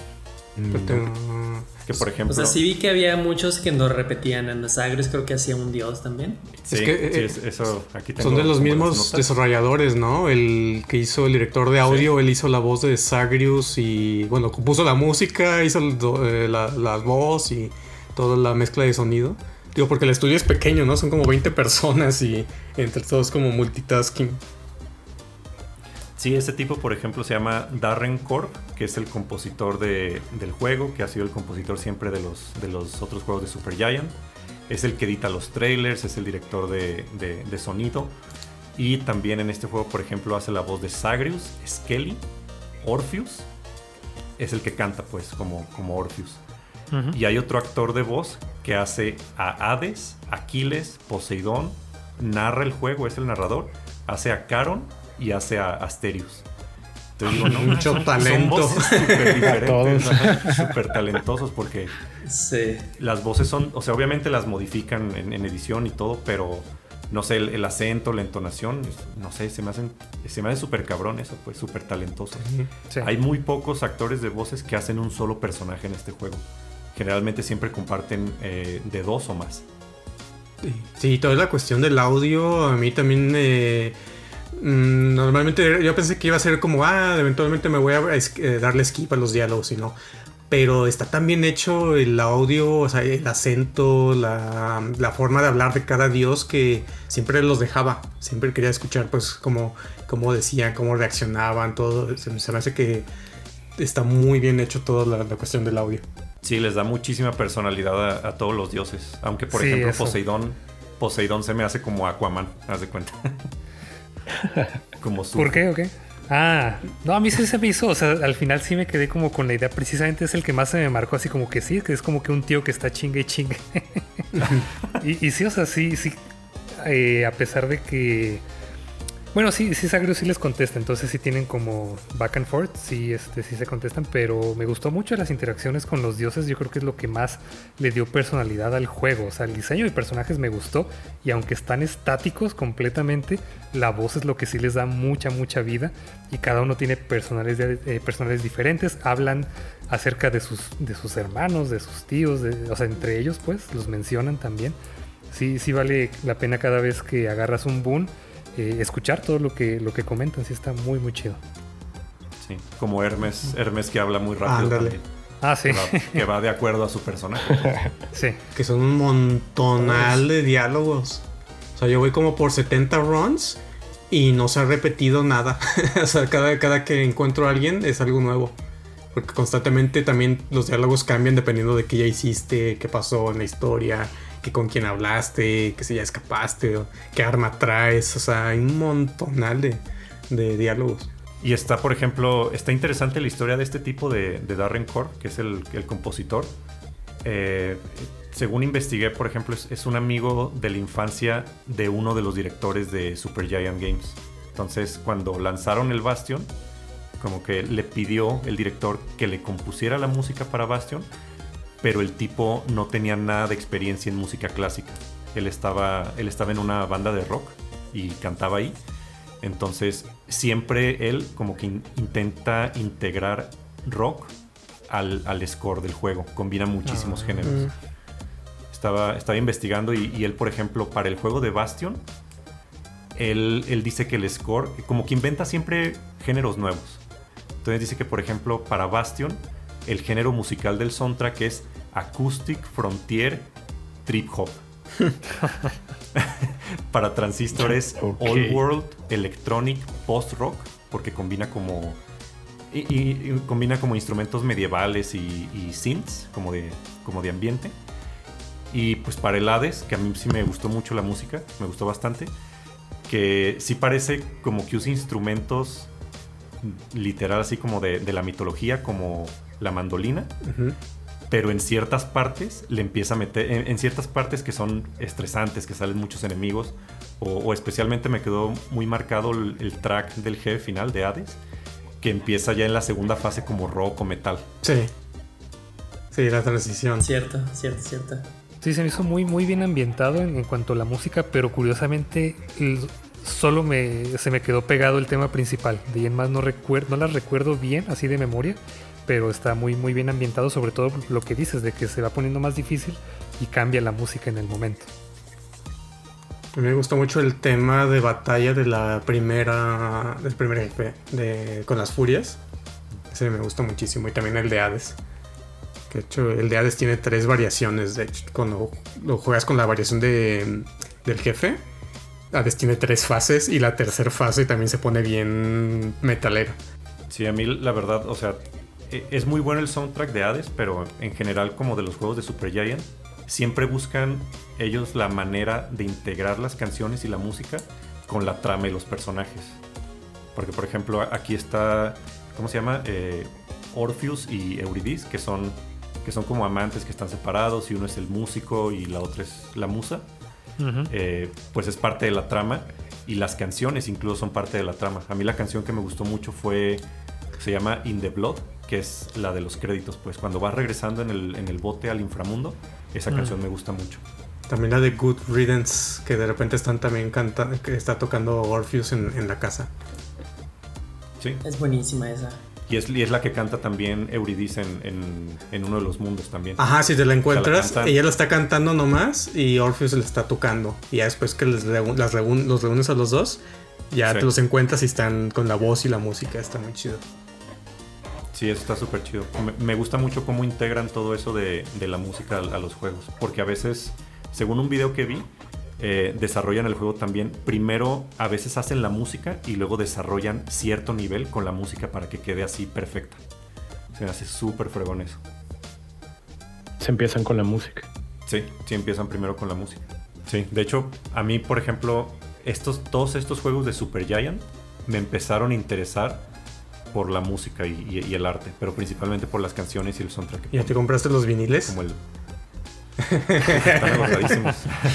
No. Que por ejemplo... O sea, sí vi que había muchos que nos repetían. En los Agres creo que hacía un dios también. Sí, es que, sí, eh, es, eso aquí tengo son de los como mismos las notas. desarrolladores, ¿no? El que hizo el director de audio, Sí. Él hizo la voz de Zagreus y, bueno, compuso la música, hizo el, eh, la, la voz y toda la mezcla de sonido. Digo, porque el estudio es pequeño, ¿no? Son como veinte personas y entre todos como multitasking. Sí, ese tipo, por ejemplo, se llama Darren Korb, que es el compositor de, del juego, que ha sido el compositor siempre de los, de los otros juegos de Supergiant. Es el que edita los trailers, es el director de, de, de sonido. Y también en este juego, por ejemplo, hace la voz de Zagreus, Skelly, Orpheus. Es el que canta, pues, como, como Orpheus. Uh-huh. Y hay otro actor de voz que hace a Hades, Aquiles, Poseidón, narra el juego, es el narrador, hace a Charon y hace a Asterius. Te digo, no, mucho son, talento. son voces súper diferentes, súper talentosos porque sí. Las voces son, o sea, obviamente las modifican en, en edición y todo, pero no sé, el, el acento, la entonación, no sé, se me hacen, se me hace súper cabrón eso, pues súper talentoso. Sí. Hay muy pocos actores de voces que hacen un solo personaje en este juego. Generalmente siempre comparten eh, de dos o más. Sí, toda la cuestión del audio, a mí también... Eh... Normalmente yo pensé que iba a ser como, ah, eventualmente me voy a eh, darle skip a los diálogos y no. Pero está tan bien hecho el audio, o sea, el acento, la, la forma de hablar de cada dios que siempre los dejaba. Siempre quería escuchar, pues, cómo, cómo decían, cómo reaccionaban, todo. Se, se me hace que está muy bien hecho toda la, la cuestión del audio. Sí, les da muchísima personalidad a, a todos los dioses. Aunque, por sí, ejemplo, eso. Poseidón, Poseidón se me hace como Aquaman, haz de cuenta. Como ¿Por qué o qué? Ah, no, a mí sí se me hizo, o sea, al final sí me quedé como con la idea, precisamente es el que más se me marcó, así como que sí, que es como que un tío que está chingue y chingue. y, y sí, o sea, sí, sí, eh, a pesar de que... Bueno, sí, sí, Zagreus sí les contesta, entonces sí tienen como back and forth, sí, este, sí se contestan, pero me gustó mucho las interacciones con los dioses, yo creo que es lo que más le dio personalidad al juego, o sea, el diseño de personajes me gustó, y aunque están estáticos completamente, la voz es lo que sí les da mucha, mucha vida, y cada uno tiene personalidades, eh, personalidades diferentes, hablan acerca de sus, de sus hermanos, de sus tíos, de, o sea, entre ellos pues, los mencionan también, sí, sí vale la pena cada vez que agarras un boon, Eh, escuchar todo lo que, lo que comentan, sí está muy muy chido. Sí, como Hermes, Hermes que habla muy rápido también. Ah, sí. Que va, que va de acuerdo a su personaje. Sí. Que son un montonal de diálogos. O sea, yo voy como por setenta runs y no se ha repetido nada. O sea, cada, cada que encuentro a alguien es algo nuevo. Porque constantemente también los diálogos cambian dependiendo de qué ya hiciste, qué pasó en la historia, que con quién hablaste, que si ya escapaste, o qué arma traes. O sea, hay un montonal de, de diálogos. Y está, por ejemplo, está interesante la historia de este tipo de, de Darren Korb, que es el, el compositor. Eh, según investigué, por ejemplo, es, es un amigo de la infancia de uno de los directores de Supergiant Games. Entonces, cuando lanzaron el Bastion, como que le pidió el director que le compusiera la música para Bastion, pero el tipo no tenía nada de experiencia en música clásica. Él estaba, él estaba en una banda de rock y cantaba ahí. Entonces, siempre él como que in- intenta integrar rock al, al score del juego. Combina muchísimos Ah. géneros. Mm. Estaba, estaba investigando y, y él, por ejemplo, para el juego de Bastion, él, él dice que el score, como que inventa siempre géneros nuevos. Entonces dice que, por ejemplo, para Bastion, el género musical del soundtrack es Acoustic Frontier Trip Hop. Para Transistor es Okay. Old World Electronic Post Rock, porque combina como y, y- y combina como instrumentos medievales y, y synths como de, como de ambiente. Y pues para el Hades, que a mí sí me gustó mucho la música, me gustó bastante, que sí parece como que usa instrumentos literal así como de, de la mitología, como la mandolina, Ujú. pero en ciertas partes le empieza a meter, en, en ciertas partes que son estresantes, que salen muchos enemigos, o, o especialmente me quedó muy marcado el, el track del jefe final de Hades, que empieza ya en la segunda fase como rock o metal. Sí. Sí, la transición. Cierto, cierto, cierto. Sí, se me hizo muy, muy bien ambientado en, en cuanto a la música, pero curiosamente el- solo me, se me quedó pegado el tema principal. De ahí en más no, recuer- no las recuerdo bien, así de memoria, pero está muy, muy bien ambientado, sobre todo lo que dices, de que se va poniendo más difícil y cambia la música en el momento. A mí me gustó mucho el tema de batalla de la primera, del primer jefe de, con las furias. Ese me gustó muchísimo. Y también el de Hades. Que de hecho el de Hades tiene tres variaciones. De hecho, cuando lo juegas con la variación de, del jefe, Hades tiene tres fases y la tercera fase también se pone bien metalera. Sí, a mí la verdad, o sea, e- es muy bueno el soundtrack de Hades, pero en general como de los juegos de Supergiant, siempre buscan ellos la manera de integrar las canciones y la música con la trama y los personajes. Porque, por ejemplo, aquí está, ¿cómo se llama? Eh, Orpheus y Eurídice, que son, que son como amantes que están separados y uno es el músico y la otra es la musa. Ujú. Eh, pues es parte de la trama y las canciones incluso son parte de la trama. A mí la canción que me gustó mucho fue, se llama In the Blood, que es la de los créditos, pues cuando vas regresando en el, en el bote al inframundo, esa Mm. canción me gusta mucho. También la de Good Riddance, que de repente están también cantando, que está tocando Orpheus en, en la casa. Sí, Es buenísima esa. y es, y es la que canta también Eurídice en, en, en uno de los mundos también. Ajá, si te la encuentras, cantan. ella la está cantando nomás y Orpheus le está tocando. Y ya después que les reú- las reún- los reúnes a los dos, ya Sí. te los encuentras y están con la voz y la música. Está muy chido. Sí, eso está súper chido. Me, me gusta mucho cómo integran todo eso de, de la música a, a los juegos. Porque a veces, según un video que vi, eh, desarrollan el juego también. Primero, a veces hacen la música y luego desarrollan cierto nivel con la música para que quede así perfecta. Se me hace súper fregón eso. Se empiezan con la música. Sí, sí empiezan primero con la música. Sí, de hecho, a mí, por ejemplo, estos, todos estos juegos de Supergiant me empezaron a interesar por la música y, y- y el arte, pero principalmente por las canciones y el soundtrack. que ¿Y ya te ponen. compraste los viniles? Como el... Están agotadísimos.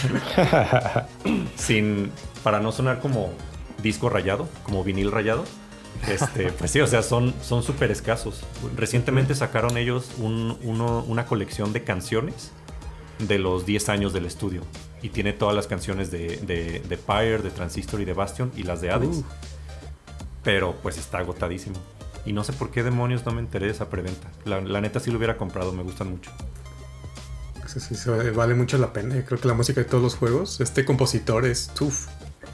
Sin... Para no sonar como disco rayado, como vinil rayado. Este, pues sí, o sea, son son súper escasos. Recientemente sacaron ellos un- uno- una colección de canciones de los diez años del estudio. Y tiene todas las canciones de, de, de Pyre, de Transistor y de Bastion y las de Hades. Uh. Pero pues está agotadísimo. Y no sé por qué demonios no me enteré de esa preventa. La, la neta sí lo hubiera comprado, me gustan mucho. Sí, sí, sí, vale mucho la pena. Yo creo que la música de todos los juegos, este compositor es tuf.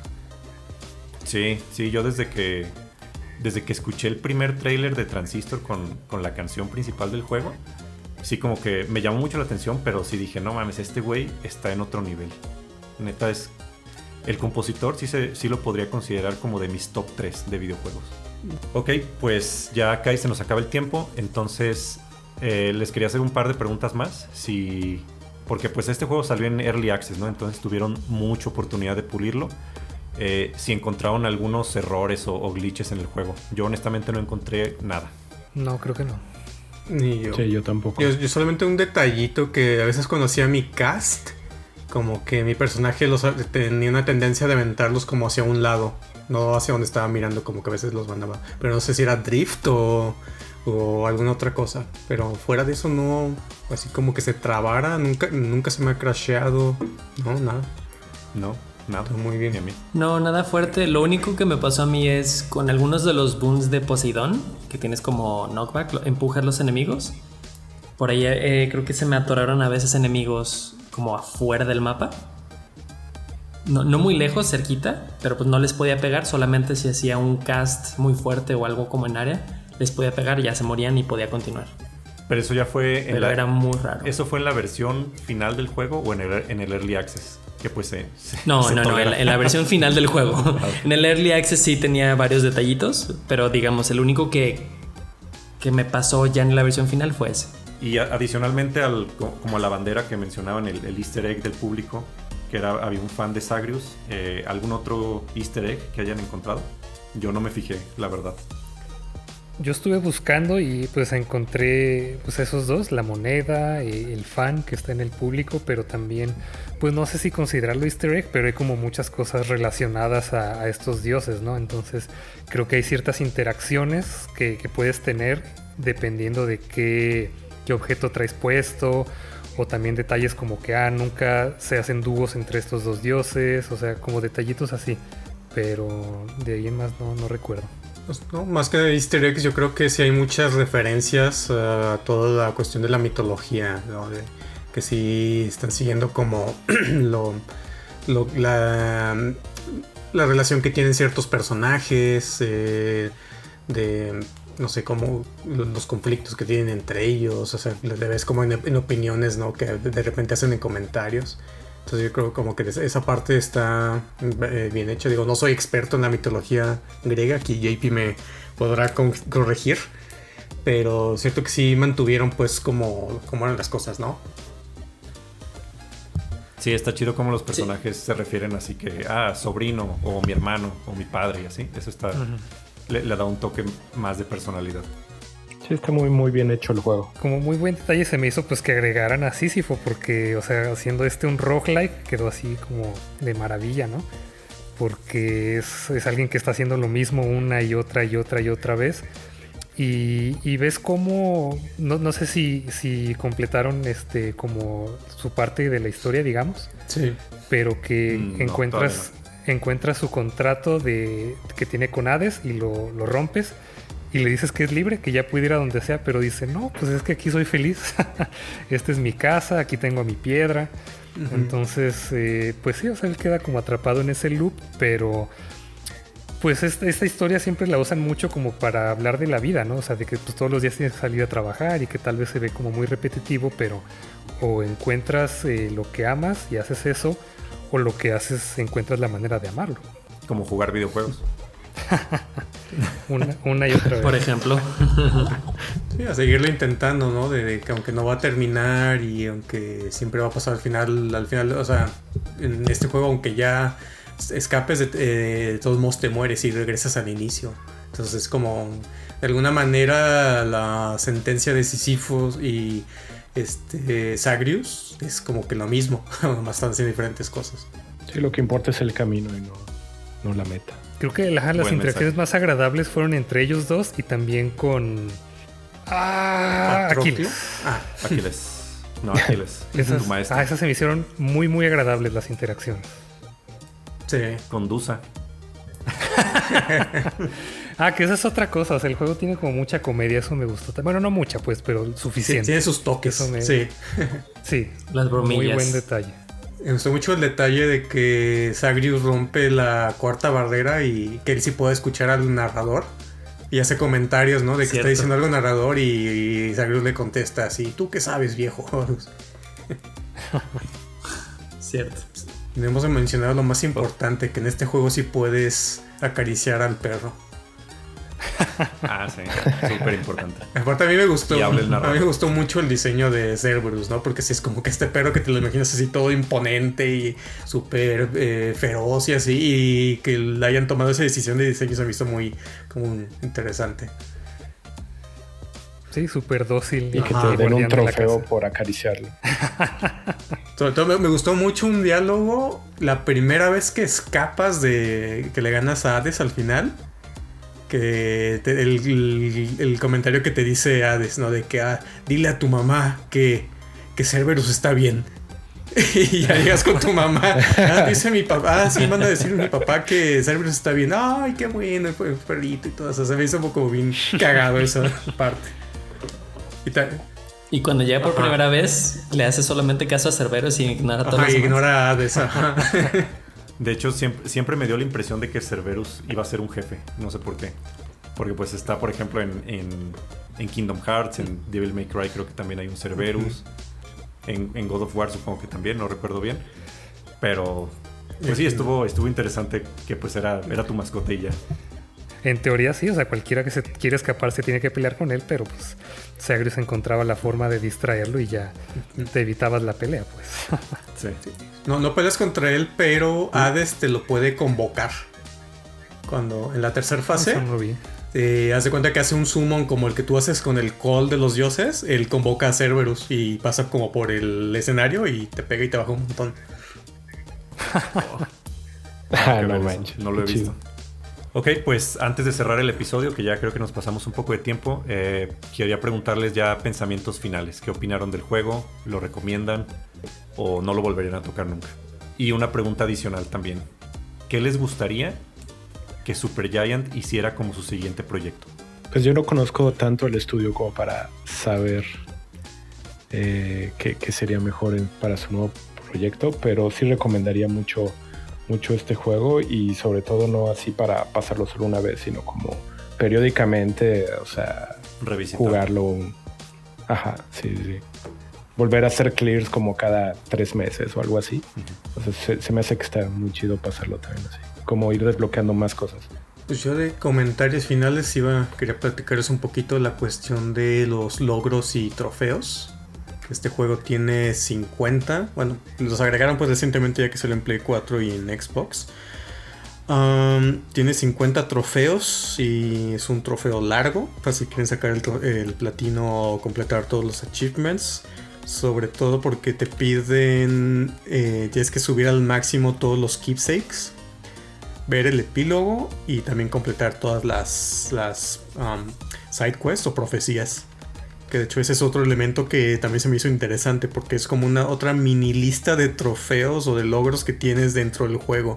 Sí, sí, yo desde que desde que escuché el primer tráiler de Transistor con, con la canción principal del juego, sí como que me llamó mucho la atención, pero sí dije, no mames, este güey está en otro nivel. Neta es... El compositor sí, se, sí lo podría considerar como de mis top tres de videojuegos. Ok, pues ya acá se nos acaba el tiempo, entonces eh, les quería hacer un par de preguntas más. Si, porque pues este juego salió en Early Access, ¿no? Entonces tuvieron mucha oportunidad de pulirlo. eh, si encontraron algunos errores o, o glitches en el juego. Yo honestamente no encontré nada. No, creo que no. Ni yo. Sí, yo tampoco. Yo, yo solamente un detallito que a veces conocía mi cast, como que mi personaje los, tenía una tendencia de aventarlos como hacia un lado, no hacia donde estaba mirando, como que a veces los mandaba. Pero no sé si era drift o, o alguna otra cosa. Pero fuera de eso no, así como que se trabara, nunca, nunca se me ha crasheado, no, nada. No, nada. Todo muy bien. Ni a mí. No, nada fuerte. Lo único que me pasó a mí es con algunos de los boons de Poseidón, que tienes como knockback, lo- empujas los enemigos. Por ahí eh, creo que se me atoraron a veces enemigos como afuera del mapa. No, no muy lejos, cerquita, pero pues no les podía pegar. Solamente si hacía un cast muy fuerte o algo como en área, les podía pegar y ya se morían y podía continuar. Pero eso ya fue en Pero la, era muy raro. ¿eso fue en la versión final del juego o en el, en el Early Access? Que pues se, se- No, se no, no, en tolera. la, en la versión final del juego. En el Early Access sí tenía varios detallitos, pero digamos, el único que, que me pasó ya en la versión final fue ese. Y a- adicionalmente al, co- como a la bandera que mencionaban, el, el easter egg del público, que era, había un fan de Zagreus, eh, ¿algún otro easter egg que hayan encontrado? Yo no me fijé, la verdad. Yo estuve buscando y pues encontré pues esos dos, la moneda, eh, el fan que está en el público, pero también pues no sé si considerarlo easter egg, pero hay como muchas cosas relacionadas a, a estos dioses, ¿no? Entonces creo que hay ciertas interacciones que, que puedes tener dependiendo de qué, qué objeto traes puesto, o también detalles como que ah, nunca se hacen dúos entre estos dos dioses, o sea, como detallitos así, pero de ahí en más no, no recuerdo. Pues, no, más que easter eggs, yo creo que sí hay muchas referencias a toda la cuestión de la mitología, ¿no? De, que sí están siguiendo como lo, lo- la, la relación que tienen ciertos personajes, eh, de no sé, como los conflictos que tienen entre ellos, o sea, le ves como en, en opiniones, ¿no? Que de repente hacen en comentarios. Entonces yo creo como que esa parte está eh, bien hecha. Digo, no soy experto en la mitología griega, aquí J P me podrá con- corregir, pero cierto que sí mantuvieron pues como, como eran las cosas, ¿no? Sí, está chido como los personajes se refieren así que, ah, sobrino, o mi hermano, o mi padre, y así. Eso está, Ujú. le, le da un toque más de personalidad. Sí, está muy muy bien hecho el juego. Como muy buen detalle se me hizo pues que agregaran a Sísifo, porque, o sea, haciendo este un roguelike quedó así como de maravilla, ¿no? Porque es, es alguien que está haciendo lo mismo una y otra y otra y otra vez. Y, y ves cómo, no, no sé si, si completaron este como su parte de la historia, digamos, Sí. pero que Mm, no, encuentras, encuentras su contrato de, que tiene con Hades y lo, lo rompes. Y le dices que es libre, que ya puede ir a donde sea, pero dice, no, pues es que aquí soy feliz. Esta es mi casa, aquí tengo a mi piedra. Ujú. Entonces, eh, pues sí, o sea, él queda como atrapado en ese loop, pero pues esta, esta historia siempre la usan mucho como para hablar de la vida, ¿no? O sea, de que pues, todos los días tienes que salir a trabajar y que tal vez se ve como muy repetitivo, pero o encuentras eh, lo que amas y haces eso, o lo que haces encuentras la manera de amarlo. Como jugar videojuegos. Una, una y otra vez. Por ejemplo. Sí, a seguirlo intentando, ¿no? De, de que aunque no va a terminar y aunque siempre va a pasar al final, al final, o sea, en este juego, aunque ya escapes, de, eh, de todos modos te mueres y regresas al inicio. Entonces es como, de alguna manera, la sentencia de Sísifo y este Zagreus es como que lo mismo, nomás están haciendo diferentes cosas. Sí, lo que importa es el camino y no, no la meta. Creo que ajá, las Buen interacciones mensaje. más agradables fueron entre ellos dos y también con... Ah, Patroclo. Aquiles. Ah, Aquiles. No, Aquiles. Esas, Tu maestro. ah, esas se me hicieron muy, muy agradables las interacciones. sí. Con Dusa. Ah, que esa es otra cosa. O sea, el juego tiene como mucha comedia. Eso me gustó. Bueno, no mucha, pues, pero Sí, suficiente. tiene sus toques. Eso me- Sí. Sí, Las bromillas. muy buen detalle. Me gustó mucho el detalle de que Zagreus rompe la cuarta barrera y que él sí puede escuchar al narrador. Y hace comentarios, ¿no? De que Cierto. está diciendo algo el narrador y, y Zagreus le contesta así, ¿tú qué sabes, viejo? Cierto. No hemos mencionado lo más importante, que en este juego sí puedes acariciar al perro. Ah, sí, súper importante. Aparte a mí me gustó, Y habla el a narrador. mí me gustó mucho el diseño de Cerberus, ¿no? Porque sí es como que este perro que te lo imaginas así todo imponente y súper eh, feroz y así, y que le hayan tomado esa decisión de diseño se me hizo muy como interesante. Sí, súper dócil. Y que Ajá, te den un guardián de la trofeo casa. por acariciarlo. Sobre todo me, me gustó mucho un diálogo la primera vez que escapas de que le ganas a Hades al final. Que te- el, el- el comentario que te dice Hades, ¿no? De que ah, dile a tu mamá que, que Cerberus está bien. Y ya llegas con tu mamá. Ah, dice mi papá, ah, sí, manda a decir mi papá que Cerberus está bien. Ay, qué bueno, el per- perrito y todo eso. Se me hizo un poco bien cagado esa parte. Y ta- Y cuando llega por Ajá. primera vez, le hace solamente caso a Cerberus y ignora a todos Ajá, los demás. ignora a Hades. Ajá. De hecho, siempre, siempre me dio la impresión de que Cerberus iba a ser un jefe. No sé por qué. Porque pues está, por ejemplo, en, en, en Kingdom Hearts, en Devil May Cry creo que también hay un Cerberus. En, en God of War supongo que también, no recuerdo bien. Pero pues sí, estuvo, estuvo interesante que pues era, era tu mascota y ya. En teoría sí, o sea, cualquiera que se quiere escapar se tiene que pelear con él, pero pues Zagreus encontraba la forma de distraerlo y ya te evitabas la pelea, pues. Sí. No, no peleas contra él, pero Hades te lo puede convocar. Cuando en la tercera fase, Eso no lo vi. eh, haz de cuenta que hace un summon como el que tú haces con el call de los dioses. Él convoca a Cerberus y pasa como por el escenario y te pega y te baja un montón. Ah, que no ver eso. manches. No lo he qué visto. chido. Ok, pues antes de cerrar el episodio, que ya creo que nos pasamos un poco de tiempo, eh, quería preguntarles ya pensamientos finales. ¿Qué opinaron del juego? ¿Lo recomiendan? ¿O no lo volverían a tocar nunca? Y una pregunta adicional también. ¿Qué les gustaría que Supergiant hiciera como su siguiente proyecto? Pues yo no conozco tanto el estudio como para saber eh, qué, qué sería mejor en- para su nuevo proyecto, pero sí recomendaría mucho, mucho este juego y sobre todo no así para pasarlo solo una vez, sino como periódicamente, o sea, Revisitar. jugarlo. un- Ajá, sí, sí. Volver a hacer clears como cada tres meses o algo así. O sea, se, se me hace que está muy chido pasarlo también así. Como ir desbloqueando más cosas. Pues yo de comentarios finales iba, quería platicarles un poquito la cuestión de los logros y trofeos. Este juego tiene cincuenta, bueno, los agregaron pues recientemente ya que salió en Play cuatro y en Xbox. Um, tiene cincuenta trofeos y es un trofeo largo, para si quieren sacar el, tro- el platino o completar todos los achievements. Sobre todo porque te piden, eh, tienes que subir al máximo todos los keepsakes, ver el epílogo y también completar todas las, las um, side quests o profecías. Que de hecho ese es otro elemento que también se me hizo interesante porque es como una otra mini lista de trofeos o de logros que tienes dentro del juego.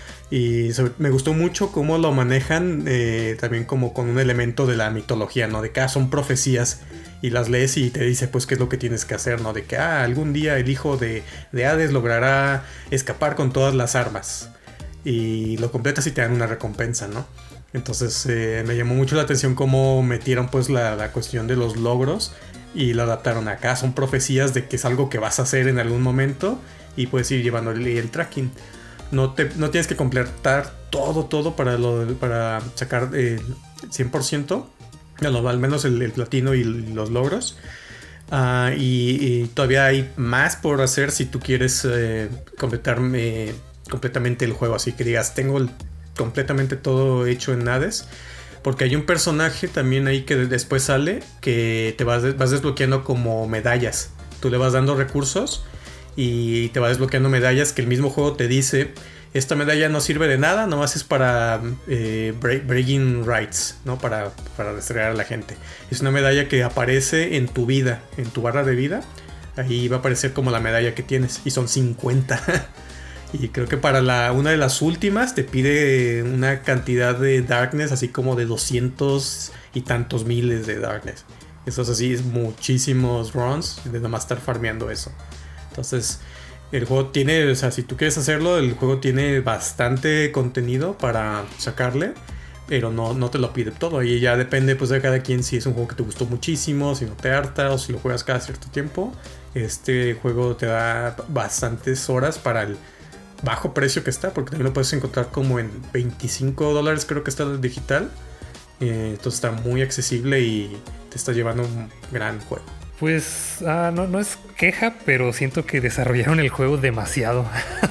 Y sobre- me gustó mucho cómo lo manejan eh, también como con un elemento de la mitología, ¿no? De que ah, son profecías y las lees y te dice pues qué es lo que tienes que hacer, ¿no? De que ah, algún día el hijo de, de Hades logrará escapar con todas las armas. Y lo completas y te dan una recompensa, ¿no? Entonces eh, me llamó mucho la atención cómo metieron pues la, la cuestión de los logros y lo adaptaron acá. Son profecías de que es algo que vas a hacer en algún momento y puedes ir llevando el, el tracking. No, te, no tienes que completar todo, todo para, lo, para sacar el cien por ciento. Bueno, al menos el, el platino y los logros. Uh, y, y todavía hay más por hacer si tú quieres eh, completar eh, completamente el juego. Así que digas, tengo el, completamente todo hecho en Hades. Porque hay un personaje también ahí que después sale que te vas, vas desbloqueando como medallas. Tú le vas dando recursos y te va desbloqueando medallas que el mismo juego te dice: esta medalla no sirve de nada, nomás es para eh, break, breaking rights, ¿no? Para, para destraer a la gente. Es una medalla que aparece en tu vida, en tu barra de vida. Ahí va a aparecer como la medalla que tienes. Y son cincuenta. Y creo que para la, una de las últimas te pide una cantidad de Darkness, así como de doscientos y tantos miles de Darkness. Eso es así, es muchísimos runs de nada más estar farmeando eso. Entonces, el juego tiene, o sea, si tú quieres hacerlo, el juego tiene bastante contenido para sacarle, pero no, no te lo pide todo. Y ya depende pues de cada quien, si es un juego que te gustó muchísimo, si no te harta o si lo juegas cada cierto tiempo. Este juego te da bastantes horas para el bajo precio que está, porque también lo puedes encontrar como en veinticinco dólares, creo que está el digital. Eh, entonces está muy accesible y te está llevando un gran juego. Pues ah, no, no es queja, pero siento que desarrollaron el juego demasiado.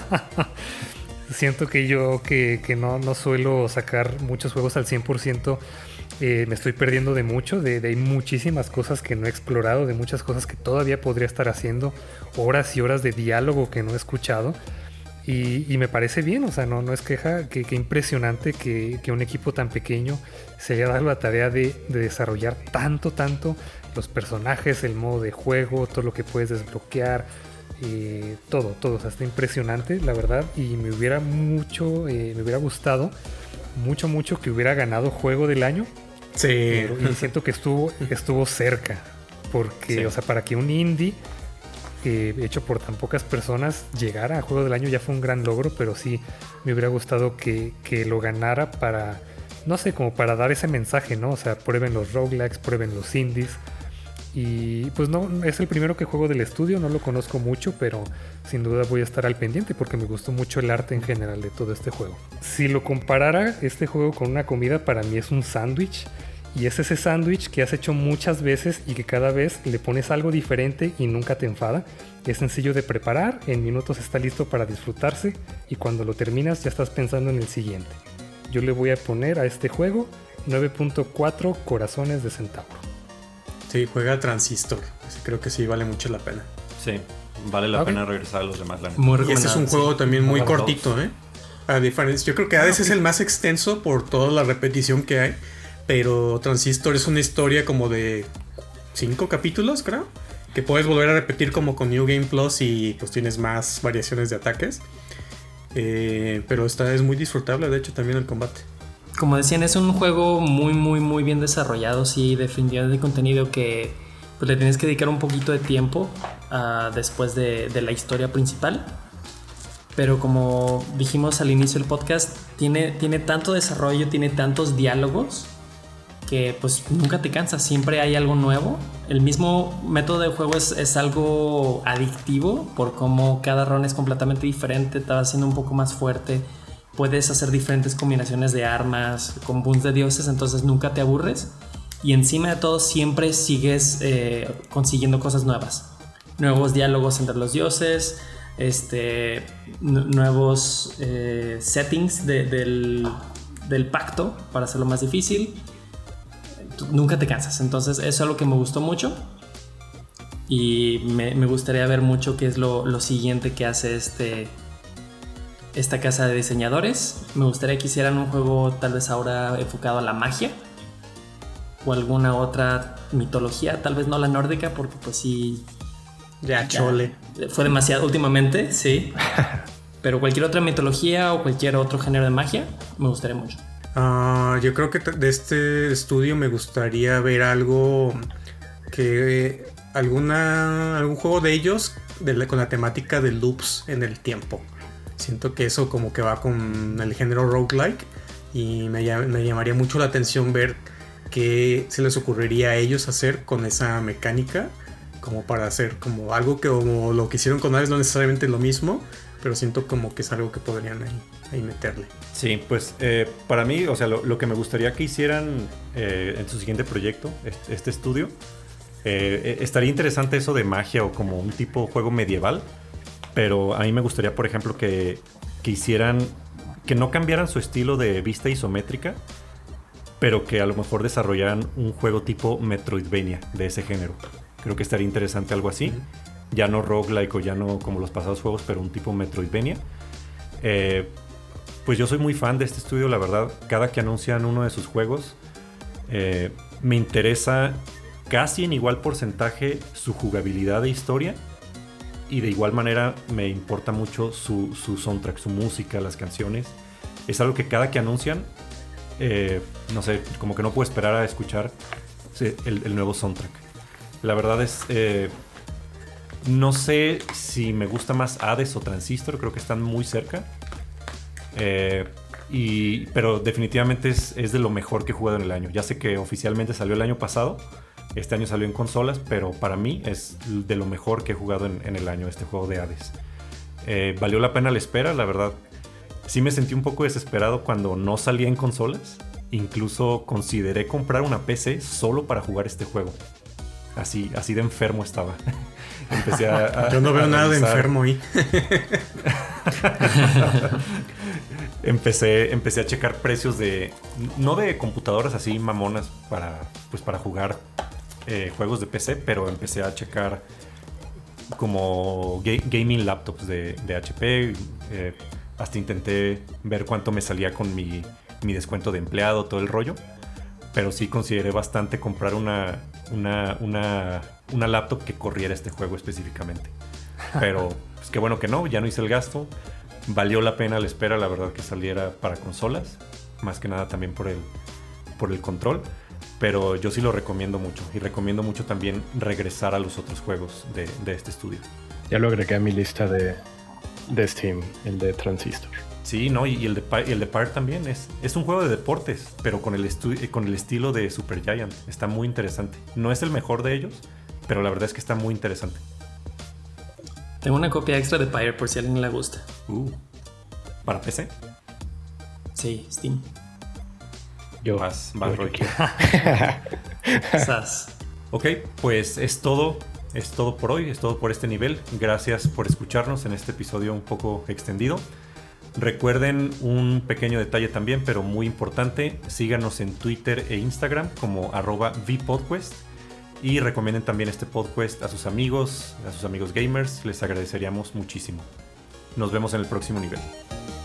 Siento que yo que, que no, no suelo sacar muchos juegos al cien por ciento. Eh, me estoy perdiendo de mucho, de, de hay muchísimas cosas que no he explorado, de muchas cosas que todavía podría estar haciendo, horas y horas de diálogo que no he escuchado. Y, y me parece bien, o sea, no, no es queja, que, que impresionante que, que un equipo tan pequeño se haya dado la tarea de, de desarrollar tanto, tanto los personajes, el modo de juego, todo lo que puedes desbloquear, eh, todo, todo, o sea, está impresionante, la verdad, y me hubiera mucho, eh, me hubiera gustado mucho, mucho que hubiera ganado Juego del Año. Sí. Pero, y siento que estuvo, estuvo cerca, porque, sí. O sea, para que un indie eh, hecho por tan pocas personas llegara a Juego del Año ya fue un gran logro, pero sí me hubiera gustado que, que lo ganara para, no sé, como para dar ese mensaje, ¿no? O sea, prueben los roguelikes, prueben los indies. Y pues no, es el primero que juego del estudio, no lo conozco mucho, pero sin duda voy a estar al pendiente porque me gustó mucho el arte en general de todo este juego. Si lo comparara este juego con una comida, para mí es un sándwich. Y es ese sándwich que has hecho muchas veces y que cada vez le pones algo diferente y nunca te enfada. Es sencillo de preparar, en minutos está listo para disfrutarse y cuando lo terminas ya estás pensando en el siguiente. Yo le voy a poner a este juego nueve punto cuatro corazones de centauro. Sí, juega Transistor. Creo que sí vale mucho la pena. Sí, vale la okay. pena regresar a los demás. La muy y este es un juego sí. también muy Para cortito, dos. ¿eh? A diferencia, yo creo que Hades ah, okay. es el más extenso por toda la repetición que hay. Pero Transistor es una historia como de cinco capítulos, creo. Que puedes volver a repetir como con New Game Plus y pues tienes más variaciones de ataques. Eh, pero esta es muy disfrutable, de hecho, también el combate. Como decían, es un juego muy, muy, muy bien desarrollado. Sí, definitivamente de contenido que pues, le tienes que dedicar un poquito de tiempo uh, después de, de la historia principal. Pero como dijimos al inicio del podcast, tiene, tiene tanto desarrollo, tiene tantos diálogos que pues nunca te cansas, siempre hay algo nuevo. El mismo método de juego es, es algo adictivo por cómo cada run es completamente diferente, te va haciendo un poco más fuerte, puedes hacer diferentes combinaciones de armas con boons de dioses, entonces nunca te aburres y encima de todo siempre sigues eh, consiguiendo cosas nuevas, nuevos diálogos entre los dioses, este, n- nuevos eh, settings de, del, del pacto para hacerlo más difícil. Nunca te cansas, entonces eso es algo que me gustó mucho y me, me gustaría ver mucho qué es lo, lo siguiente que hace este, esta casa de diseñadores. Me gustaría que hicieran un juego tal vez ahora enfocado a la magia o alguna otra mitología, tal vez no la nórdica porque pues sí ya chole ya, fue demasiado últimamente, sí. Pero cualquier otra mitología o cualquier otro género de magia me gustaría mucho. Uh, yo creo que de este estudio me gustaría ver algo que alguna algún juego de ellos de la, con la temática de loops en el tiempo. Siento que eso como que va con el género roguelike y me, me llamaría mucho la atención ver qué se les ocurriría a ellos hacer con esa mecánica, como para hacer como algo que como lo que hicieron con Hades, no necesariamente lo mismo, pero siento como que es algo que podrían ahí, ahí meterle. Sí, pues eh, para mí, o sea, lo, lo que me gustaría que hicieran eh, en su siguiente proyecto, este, este estudio, eh, estaría interesante eso de magia o como un tipo juego medieval, pero a mí me gustaría, por ejemplo, que, que hicieran, que no cambiaran su estilo de vista isométrica, pero que a lo mejor desarrollaran un juego tipo Metroidvania de ese género. Creo que estaría interesante algo así. Uh-huh. Ya no roguelike o ya no como los pasados juegos, pero un tipo Metroidvania. Eh, pues yo soy muy fan de este estudio, la verdad. Cada que anuncian uno de sus juegos, eh, me interesa casi en igual porcentaje su jugabilidad de historia. Y de igual manera me importa mucho su, su soundtrack, su música, las canciones. Es algo que cada que anuncian, eh, no sé, como que no puedo esperar a escuchar el, el nuevo soundtrack. La verdad es... Eh, no sé si me gusta más Hades o Transistor, creo que están muy cerca. Eh, y, pero definitivamente es, es de lo mejor que he jugado en el año. Ya sé que oficialmente salió el año pasado, este año salió en consolas, pero para mí es de lo mejor que he jugado en, en el año este juego de Hades. Eh, valió la pena la espera, la verdad. Sí me sentí un poco desesperado cuando no salía en consolas, Incluso consideré comprar una P C solo para jugar este juego. Así, así de enfermo estaba. Empecé a, a, Yo no veo a nada de enfermo ahí. empecé, empecé a checar precios de... No de computadoras así mamonas para, pues para jugar eh, juegos de P C, pero empecé a checar como ga- gaming laptops de, de H P. Eh, hasta intenté ver cuánto me salía con mi, mi descuento de empleado, todo el rollo. Pero sí consideré bastante comprar una, una, una, una laptop que corriera este juego específicamente. Pero pues qué bueno que no, ya no hice el gasto. Valió la pena la espera, la verdad, que saliera para consolas. Más que nada también por el, por el control. Pero yo sí lo recomiendo mucho. Y recomiendo mucho también regresar a los otros juegos de, de este estudio. Ya lo agregué a mi lista de, de Steam, el de Transistor. Sí, no, y, y el de Pi- y el de Pyre también es, es un juego de deportes, pero con el, estu- eh, con el estilo de Supergiant. Está muy interesante. No es el mejor de ellos, pero la verdad es que está muy interesante. Tengo una copia extra de Pyre por si a alguien le gusta. Uh, ¿Para P C? Sí, Steam. Yo, Vas, vas, yo Roy. quiero. Sas. Ok, pues es todo. Es todo por hoy, es todo por este nivel. Gracias por escucharnos en este episodio un poco extendido. Recuerden un pequeño detalle también, pero muy importante. Síganos en Twitter e Instagram como arroba vpodquest. Y recomienden también este podcast a sus amigos, a sus amigos gamers. Les agradeceríamos muchísimo. Nos vemos en el próximo nivel.